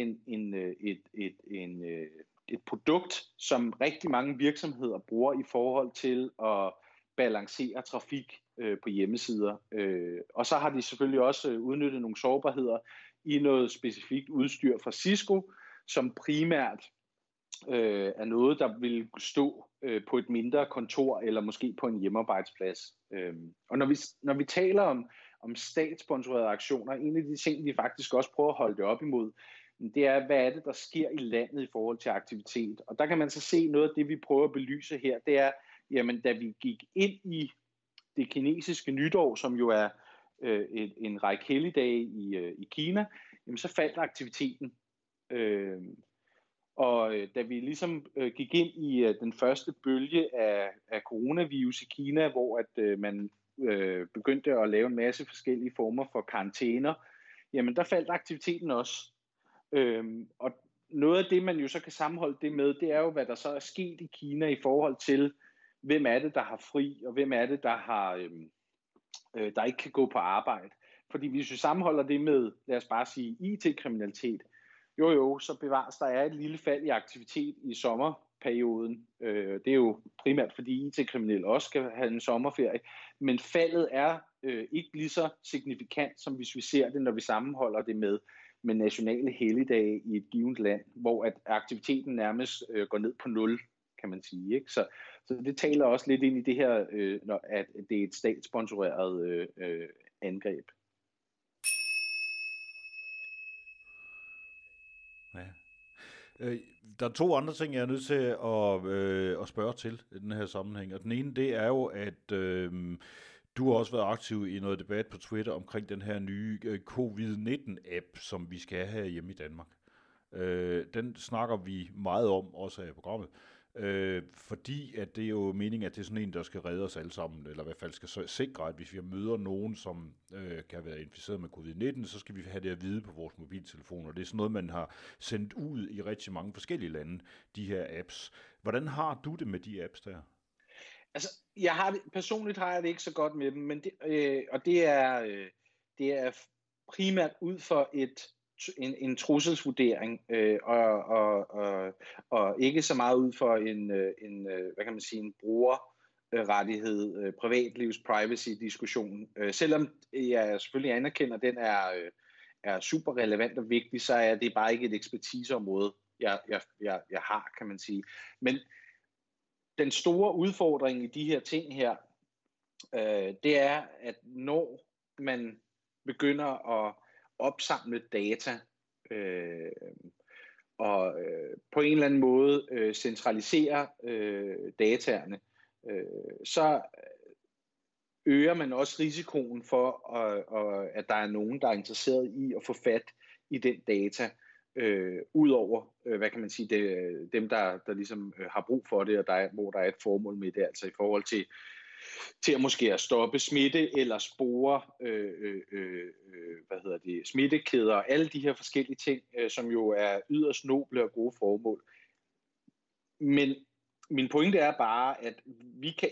et produkt, som rigtig mange virksomheder bruger i forhold til at balancere trafik på hjemmesider. Og så har de selvfølgelig også udnyttet nogle sårbarheder i noget specifikt udstyr fra Cisco, som primært er noget, der vil stå på et mindre kontor eller måske på en hjemmearbejdsplads. Og når vi taler om statssponsorerede aktioner, en af de ting, vi faktisk også prøver at holde det op imod, det er, hvad er det, der sker i landet i forhold til aktivitet. Og der kan man så se noget af det, vi prøver at belyse her, det er, jamen da vi gik ind i det kinesiske nytår, som jo er en række helligdage i Kina, jamen så faldt aktiviteten. Og da vi ligesom gik ind i den første bølge af coronavirus i Kina, hvor at man begyndte at lave en masse forskellige former for karantæner, jamen der faldt aktiviteten også. Og noget af det, man jo så kan sammenholde det med, det er jo, hvad der så er sket i Kina i forhold til, hvem er det, der har fri, og hvem er det, der ikke kan gå på arbejde. Fordi hvis vi sammenholder det med, lad os bare sige, IT-kriminalitet, så bevares der er et lille fald i aktivitet i sommerperioden. Det er jo primært, fordi IT-kriminelle også skal have en sommerferie. Men faldet er ikke lige så signifikant, som hvis vi ser det, når vi sammenholder det med nationale helligdage i et givet land, hvor at aktiviteten nærmest går ned på 0, kan man sige. Ikke? Så det taler også lidt ind i det her, at det er et statssponsoreret angreb. Ja. Der er to andre ting, jeg er nødt til at spørge til i den her sammenhæng. Og den ene, det er jo, at du har også været aktiv i noget debat på Twitter omkring den her nye COVID-19-app, som vi skal have hjemme i Danmark. Den snakker vi meget om, også af programmet. Fordi at det er jo meningen, at det er sådan en, der skal redde os alle sammen, eller i hvert fald skal sikre, at hvis vi møder nogen, som kan være inficeret med covid-19, så skal vi have det at vide på vores mobiltelefoner. Det er sådan noget, man har sendt ud i rigtig mange forskellige lande, de her apps. Hvordan har du det med de apps der? Altså, personligt har jeg det ikke så godt med dem, men det er primært ud for en trusselsvurdering, og ikke så meget ud for hvad kan man sige, en brugerrettighed, privatlivs privacy diskussion. Selvom jeg selvfølgelig anerkender, at den er super relevant og vigtig, så er det bare ikke et ekspertiseområde, jeg har, kan man sige. Men den store udfordring i de her ting her, det er, at når man begynder at opsamle data, på en eller anden måde centralisere dataerne, så øger man også risikoen for, at der er nogen, der er interesseret i at få fat i den data, udover, hvad kan man sige, dem, der ligesom har brug for det, og hvor der er et formål med det, altså i forhold til at måske at stoppe smitte eller spore smittekæder og alle de her forskellige ting, som jo er yderst noble og gode formål. Men min pointe er bare, at vi kan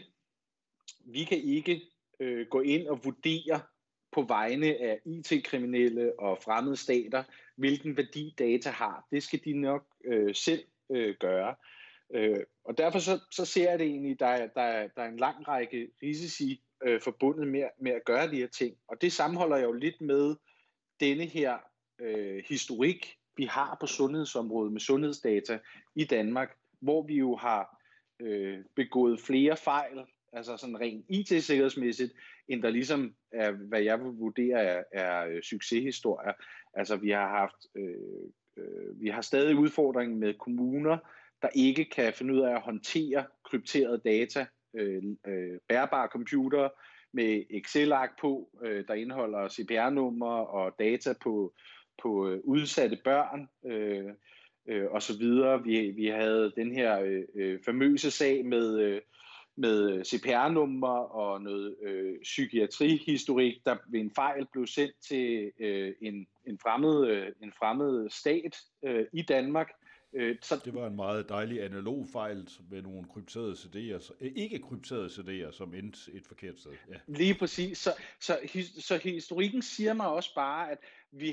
ikke gå ind og vurdere på vegne af IT-kriminelle og fremmede stater, hvilken værdi data har. Det skal de nok selv gøre. Og derfor så ser jeg det egentlig, der er en lang række risici forbundet med at gøre de her ting. Og det sammenholder jeg jo lidt med denne her historik, vi har på sundhedsområdet med sundhedsdata i Danmark, hvor vi jo har begået flere fejl, altså sådan rent IT-sikkerhedsmæssigt, end der ligesom er, hvad jeg vil vurdere er succeshistorier. Altså vi har stadig udfordringen med kommuner, der ikke kan finde ud af at håndtere krypterede data, bærbare computere med Excel-ark på, der indeholder CPR-nummer og data på udsatte børn og så videre. Vi havde den her famøse sag med CPR-nummer og noget psykiatrihistorik, der ved en fejl blev sendt til en fremmed stat i Danmark. Så det var en meget dejlig analog fejl med nogle krypterede CD'er, ikke krypterede CD'er, som endte et forkert sted. Ja. Lige præcis. Så historikken siger mig også bare, at vi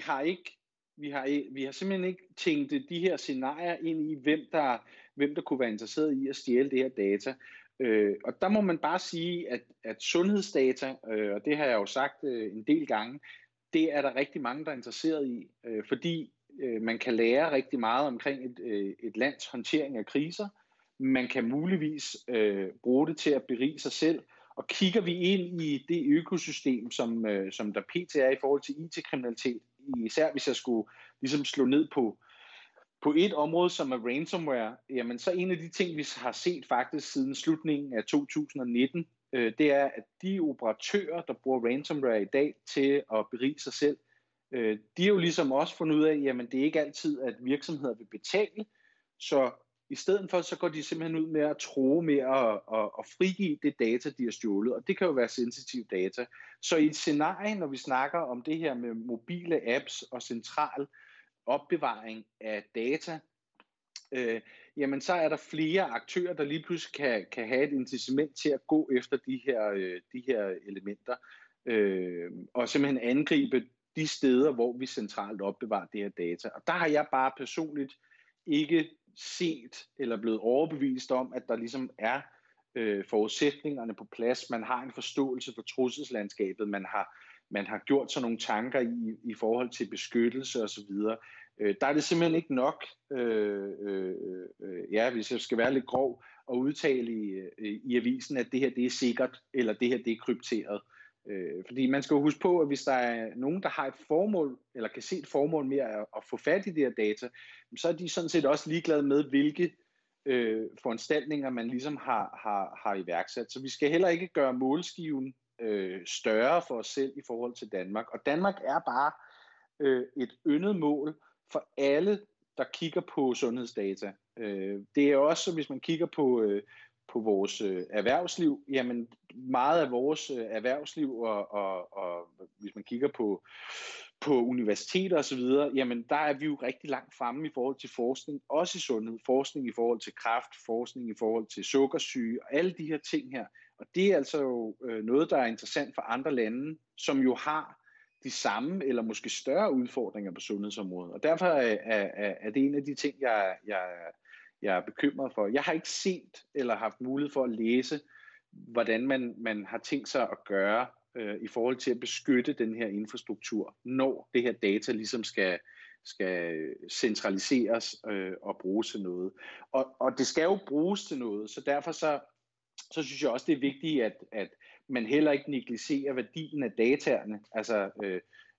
har simpelthen ikke tænkt de her scenarier ind i, hvem der kunne være interesseret i at stjæle det her data. Og der må man bare sige, at sundhedsdata, og det har jeg jo sagt en del gange, det er der rigtig mange, der er interesseret i, fordi man kan lære rigtig meget omkring et lands håndtering af kriser. Man kan muligvis bruge det til at berige sig selv. Og kigger vi ind i det økosystem, som der pt. Er i forhold til IT-kriminalitet, især hvis jeg skulle ligesom slå ned på et område, som er ransomware, jamen så en af de ting, vi har set faktisk siden slutningen af 2019, det er, at de operatører, der bruger ransomware i dag til at berige sig selv, de har jo ligesom også fundet ud af, jamen det er ikke altid, at virksomheder vil betale, så i stedet for, så går de simpelthen ud med at true med at frigive det data, de har stjålet, og det kan jo være sensitiv data. Så i et scenarie, når vi snakker om det her med mobile apps og central opbevaring af data, jamen så er der flere aktører, der lige pludselig kan have et incitament til at gå efter de her elementer, og simpelthen angribe de steder, hvor vi centralt opbevarer det her data. Og der har jeg bare personligt ikke set eller blevet overbevist om, at der ligesom er forudsætningerne på plads. Man har en forståelse for trusselslandskabet, man har gjort sådan nogle tanker i forhold til beskyttelse osv. Der er det simpelthen ikke nok, hvis jeg skal være lidt grov, at udtale i avisen, at det her det er sikkert, eller det her det er krypteret. Fordi man skal jo huske på, at hvis der er nogen, der har et formål, eller kan se et formål med at få fat i de her data, så er de sådan set også ligeglade med, hvilke foranstaltninger man ligesom har iværksat. Så vi skal heller ikke gøre målskiven større for os selv i forhold til Danmark. Og Danmark er bare et yndet mål for alle, der kigger på sundhedsdata. Det er også, hvis man kigger på vores erhvervsliv, jamen meget af vores erhvervsliv, og hvis man kigger på universiteter og så videre, jamen der er vi jo rigtig langt fremme i forhold til forskning, også i sundhed, forskning i forhold til kræft, forskning i forhold til sukkersyge og alle de her ting her. Og det er altså jo noget, der er interessant for andre lande, som jo har de samme eller måske større udfordringer på sundhedsområdet. Og derfor er det en af de ting, jeg er bekymret for. Jeg har ikke set eller haft mulighed for at læse, hvordan man har tænkt sig at gøre i forhold til at beskytte den her infrastruktur, når det her data ligesom skal centraliseres og bruges til noget. Og det skal jo bruges til noget, så derfor så synes jeg også, det er vigtigt, at man heller ikke negligerer værdien af dataerne. Altså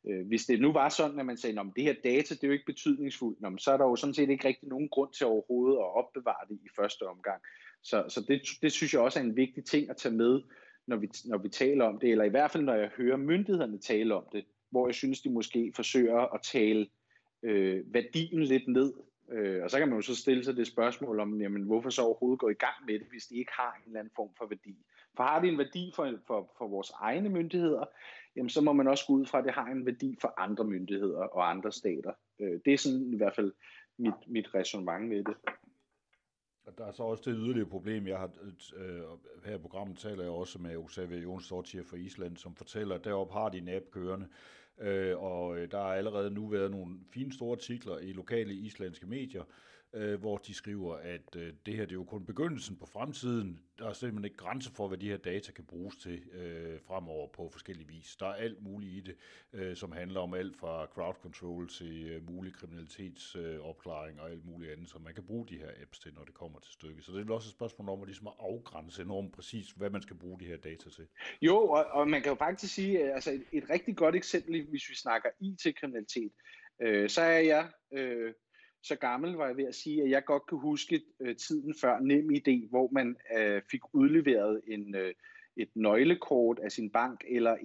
Hvis det nu var sådan, at man sagde, at det her data, det er jo ikke betydningsfuldt, så er der jo sådan set ikke rigtig nogen grund til overhovedet at opbevare det i første omgang. Så det synes jeg også er en vigtig ting at tage med, når vi taler om det, eller i hvert fald når jeg hører myndighederne tale om det, hvor jeg synes, de måske forsøger at tale værdien lidt ned. Og så kan man jo så stille sig det spørgsmål om, jamen, hvorfor så overhovedet gå i gang med det, hvis de ikke har en eller anden form for værdi. For har det en værdi for vores egne myndigheder, jamen, så må man også gå ud fra, at det har en værdi for andre myndigheder og andre stater. Det er sådan i hvert fald mit ræsonnement med det. Og der er så også det yderligere problem, jeg har her i programmet taler jeg også med Xavier Jonsdottir fra Island, som fortæller, at deroppe har de en app kørende, og der har allerede nu været nogle fine store artikler i lokale islandske medier, hvor de skriver, at det her det er jo kun begyndelsen på fremtiden. Der er simpelthen ikke grænser for, hvad de her data kan bruges til fremover på forskellige vis. Der er alt muligt i det, som handler om alt fra crowd control til mulig kriminalitetsopklaring og alt muligt andet, som man kan bruge de her apps til, når det kommer til stykket. Så det er vel også et spørgsmål om at, ligesom at afgrænse enormt præcis, hvad man skal bruge de her data til. Jo, og man kan jo faktisk sige, altså et rigtig godt eksempel, hvis vi snakker IT-kriminalitet, så er jeg... Så gammel var jeg ved at sige, at jeg godt kan huske tiden før NemID, hvor man fik udleveret et nøglekort af sin bank eller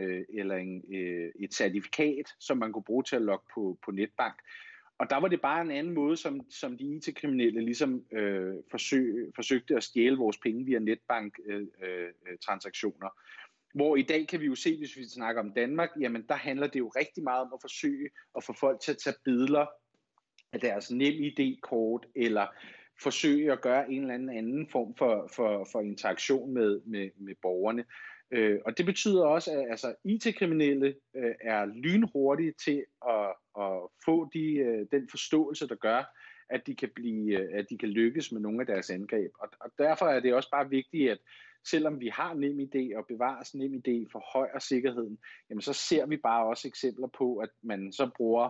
et certifikat, som man kunne bruge til at logge på netbank. Og der var det bare en anden måde, som de IT-kriminelle ligesom forsøgte at stjæle vores penge via netbank-transaktioner. Hvor i dag kan vi jo se, hvis vi snakker om Danmark, jamen der handler det jo rigtig meget om at forsøge at få folk til at tage billeder af deres NemID-kort, eller forsøge at gøre en eller anden form for interaktion med borgerne. Og det betyder også, at altså, IT-kriminelle er lynhurtige til at få den forståelse, der gør, at de kan lykkes med nogle af deres angreb. Og derfor er det også bare vigtigt, at selvom vi har NemID og bevares NemID for højere sikkerheden, jamen så ser vi bare også eksempler på, at man så bruger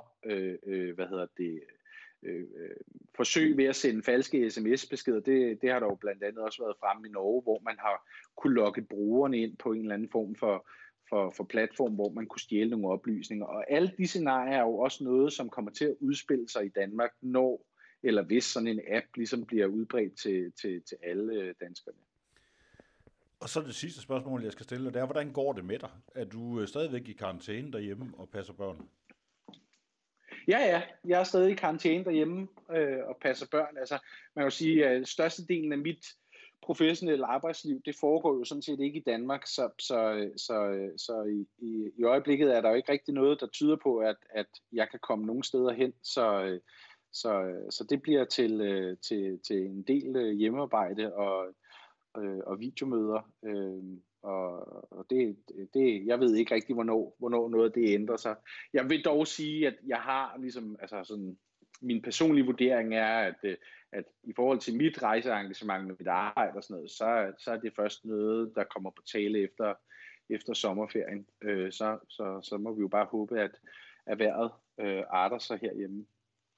forsøg ved at sende falske sms-beskeder. Det har der jo blandt andet også været fremme i Norge, hvor man har kunne logge brugerne ind på en eller anden form for platform, hvor man kunne stjæle nogle oplysninger. Og alle de scenarier er jo også noget, som kommer til at udspille sig i Danmark, når eller hvis sådan en app ligesom bliver udbredt til alle danskerne. Og så det sidste spørgsmål, jeg skal stille, det er, hvordan går det med dig? Er du stadigvæk i karantæne derhjemme og passer børn? Ja, jeg er stadig i karantæne derhjemme og passer børn. Altså, man kan jo sige, at størstedelen af mit professionelle arbejdsliv, det foregår jo sådan set ikke i Danmark, så i øjeblikket er der jo ikke rigtig noget, der tyder på, at jeg kan komme nogen steder hen, så det bliver til en del hjemmearbejde og videomøder, og det jeg ved ikke rigtig, hvornår noget af det ændrer sig. Jeg vil dog sige, at jeg har ligesom, altså sådan, min personlige vurdering er, at i forhold til mit rejseengagement med mit arbejde og sådan noget, så er det først noget, der kommer på tale efter sommerferien. Så må vi jo bare håbe, at vejret arter sig herhjemme.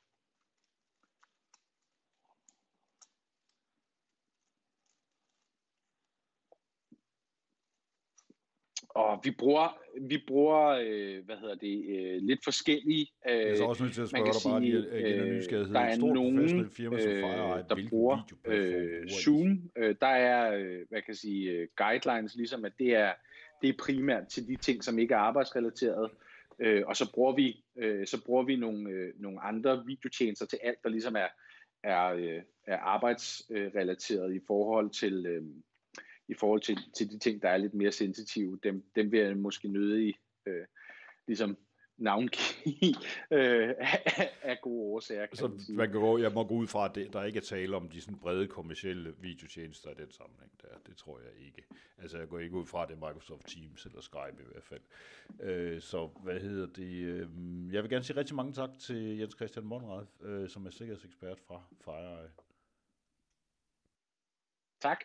Og vi bruger lidt forskellige. Jeg er så også nødt til at spørge dig bare lige nysgerrighed. Der er nogen, firma, som fejrer, der bruger Zoom. Der er, guidelines, ligesom at det er primært til de ting, som ikke er arbejdsrelateret. Og så bruger vi nogle andre videotjenester til alt, der ligesom er arbejdsrelateret i forhold til de ting, der er lidt mere sensitive. Dem vil jeg måske nødig ligesom navngive af gode årsager. Så jeg må gå ud fra, at der ikke er tale om de sådan brede kommercielle videotjenester i den sammenhæng der. Det tror jeg ikke. Altså jeg går ikke ud fra, at det er Microsoft Teams eller Skype i hvert fald. Jeg vil gerne sige rigtig mange tak til Jens Christian Monrad, som er sikkerhedsekspert fra FireEye. Tak.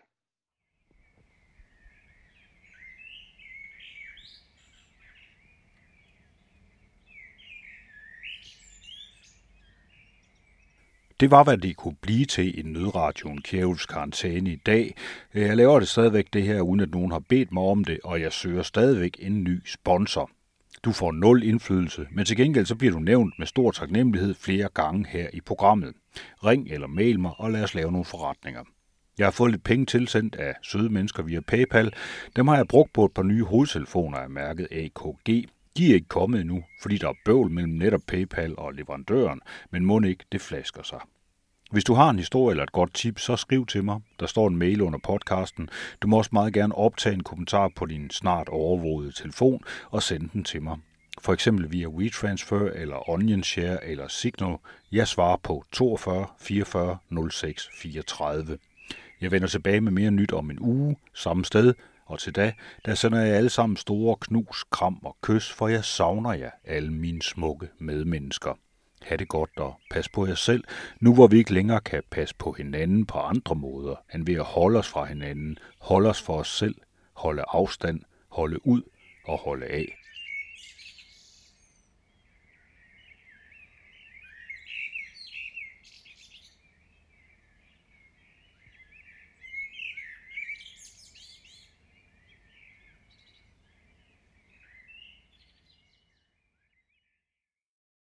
Det var, hvad det kunne blive til i Nødradioen Kjævels karantæne i dag. Jeg laver det stadigvæk det her, uden at nogen har bedt mig om det, og jeg søger stadigvæk en ny sponsor. Du får 0 indflydelse, men til gengæld så bliver du nævnt med stor taknemmelighed flere gange her i programmet. Ring eller mail mig, og lad os lave nogle forretninger. Jeg har fået lidt penge tilsendt af søde mennesker via PayPal. Dem har jeg brugt på et par nye hovedtelefoner af mærket AKG. De er ikke kommet endnu, fordi der er bøvl mellem netop PayPal og leverandøren, men må ikke, det flasker sig. Hvis du har en historie eller et godt tip, så skriv til mig. Der står en mail under podcasten. Du må også meget gerne optage en kommentar på din snart overvågede telefon og sende den til mig. For eksempel via WeTransfer eller OnionShare eller Signal. Jeg svarer på 42 44 06 34. Jeg vender tilbage med mere nyt om en uge, samme sted, og til da, der sender jeg alle sammen store knus, kram og kys, for jeg savner jer, alle mine smukke medmennesker. Ha' det godt og pas på jer selv, nu hvor vi ikke længere kan passe på hinanden på andre måder, end ved at holde os fra hinanden, holde os for os selv, holde afstand, holde ud og holde af.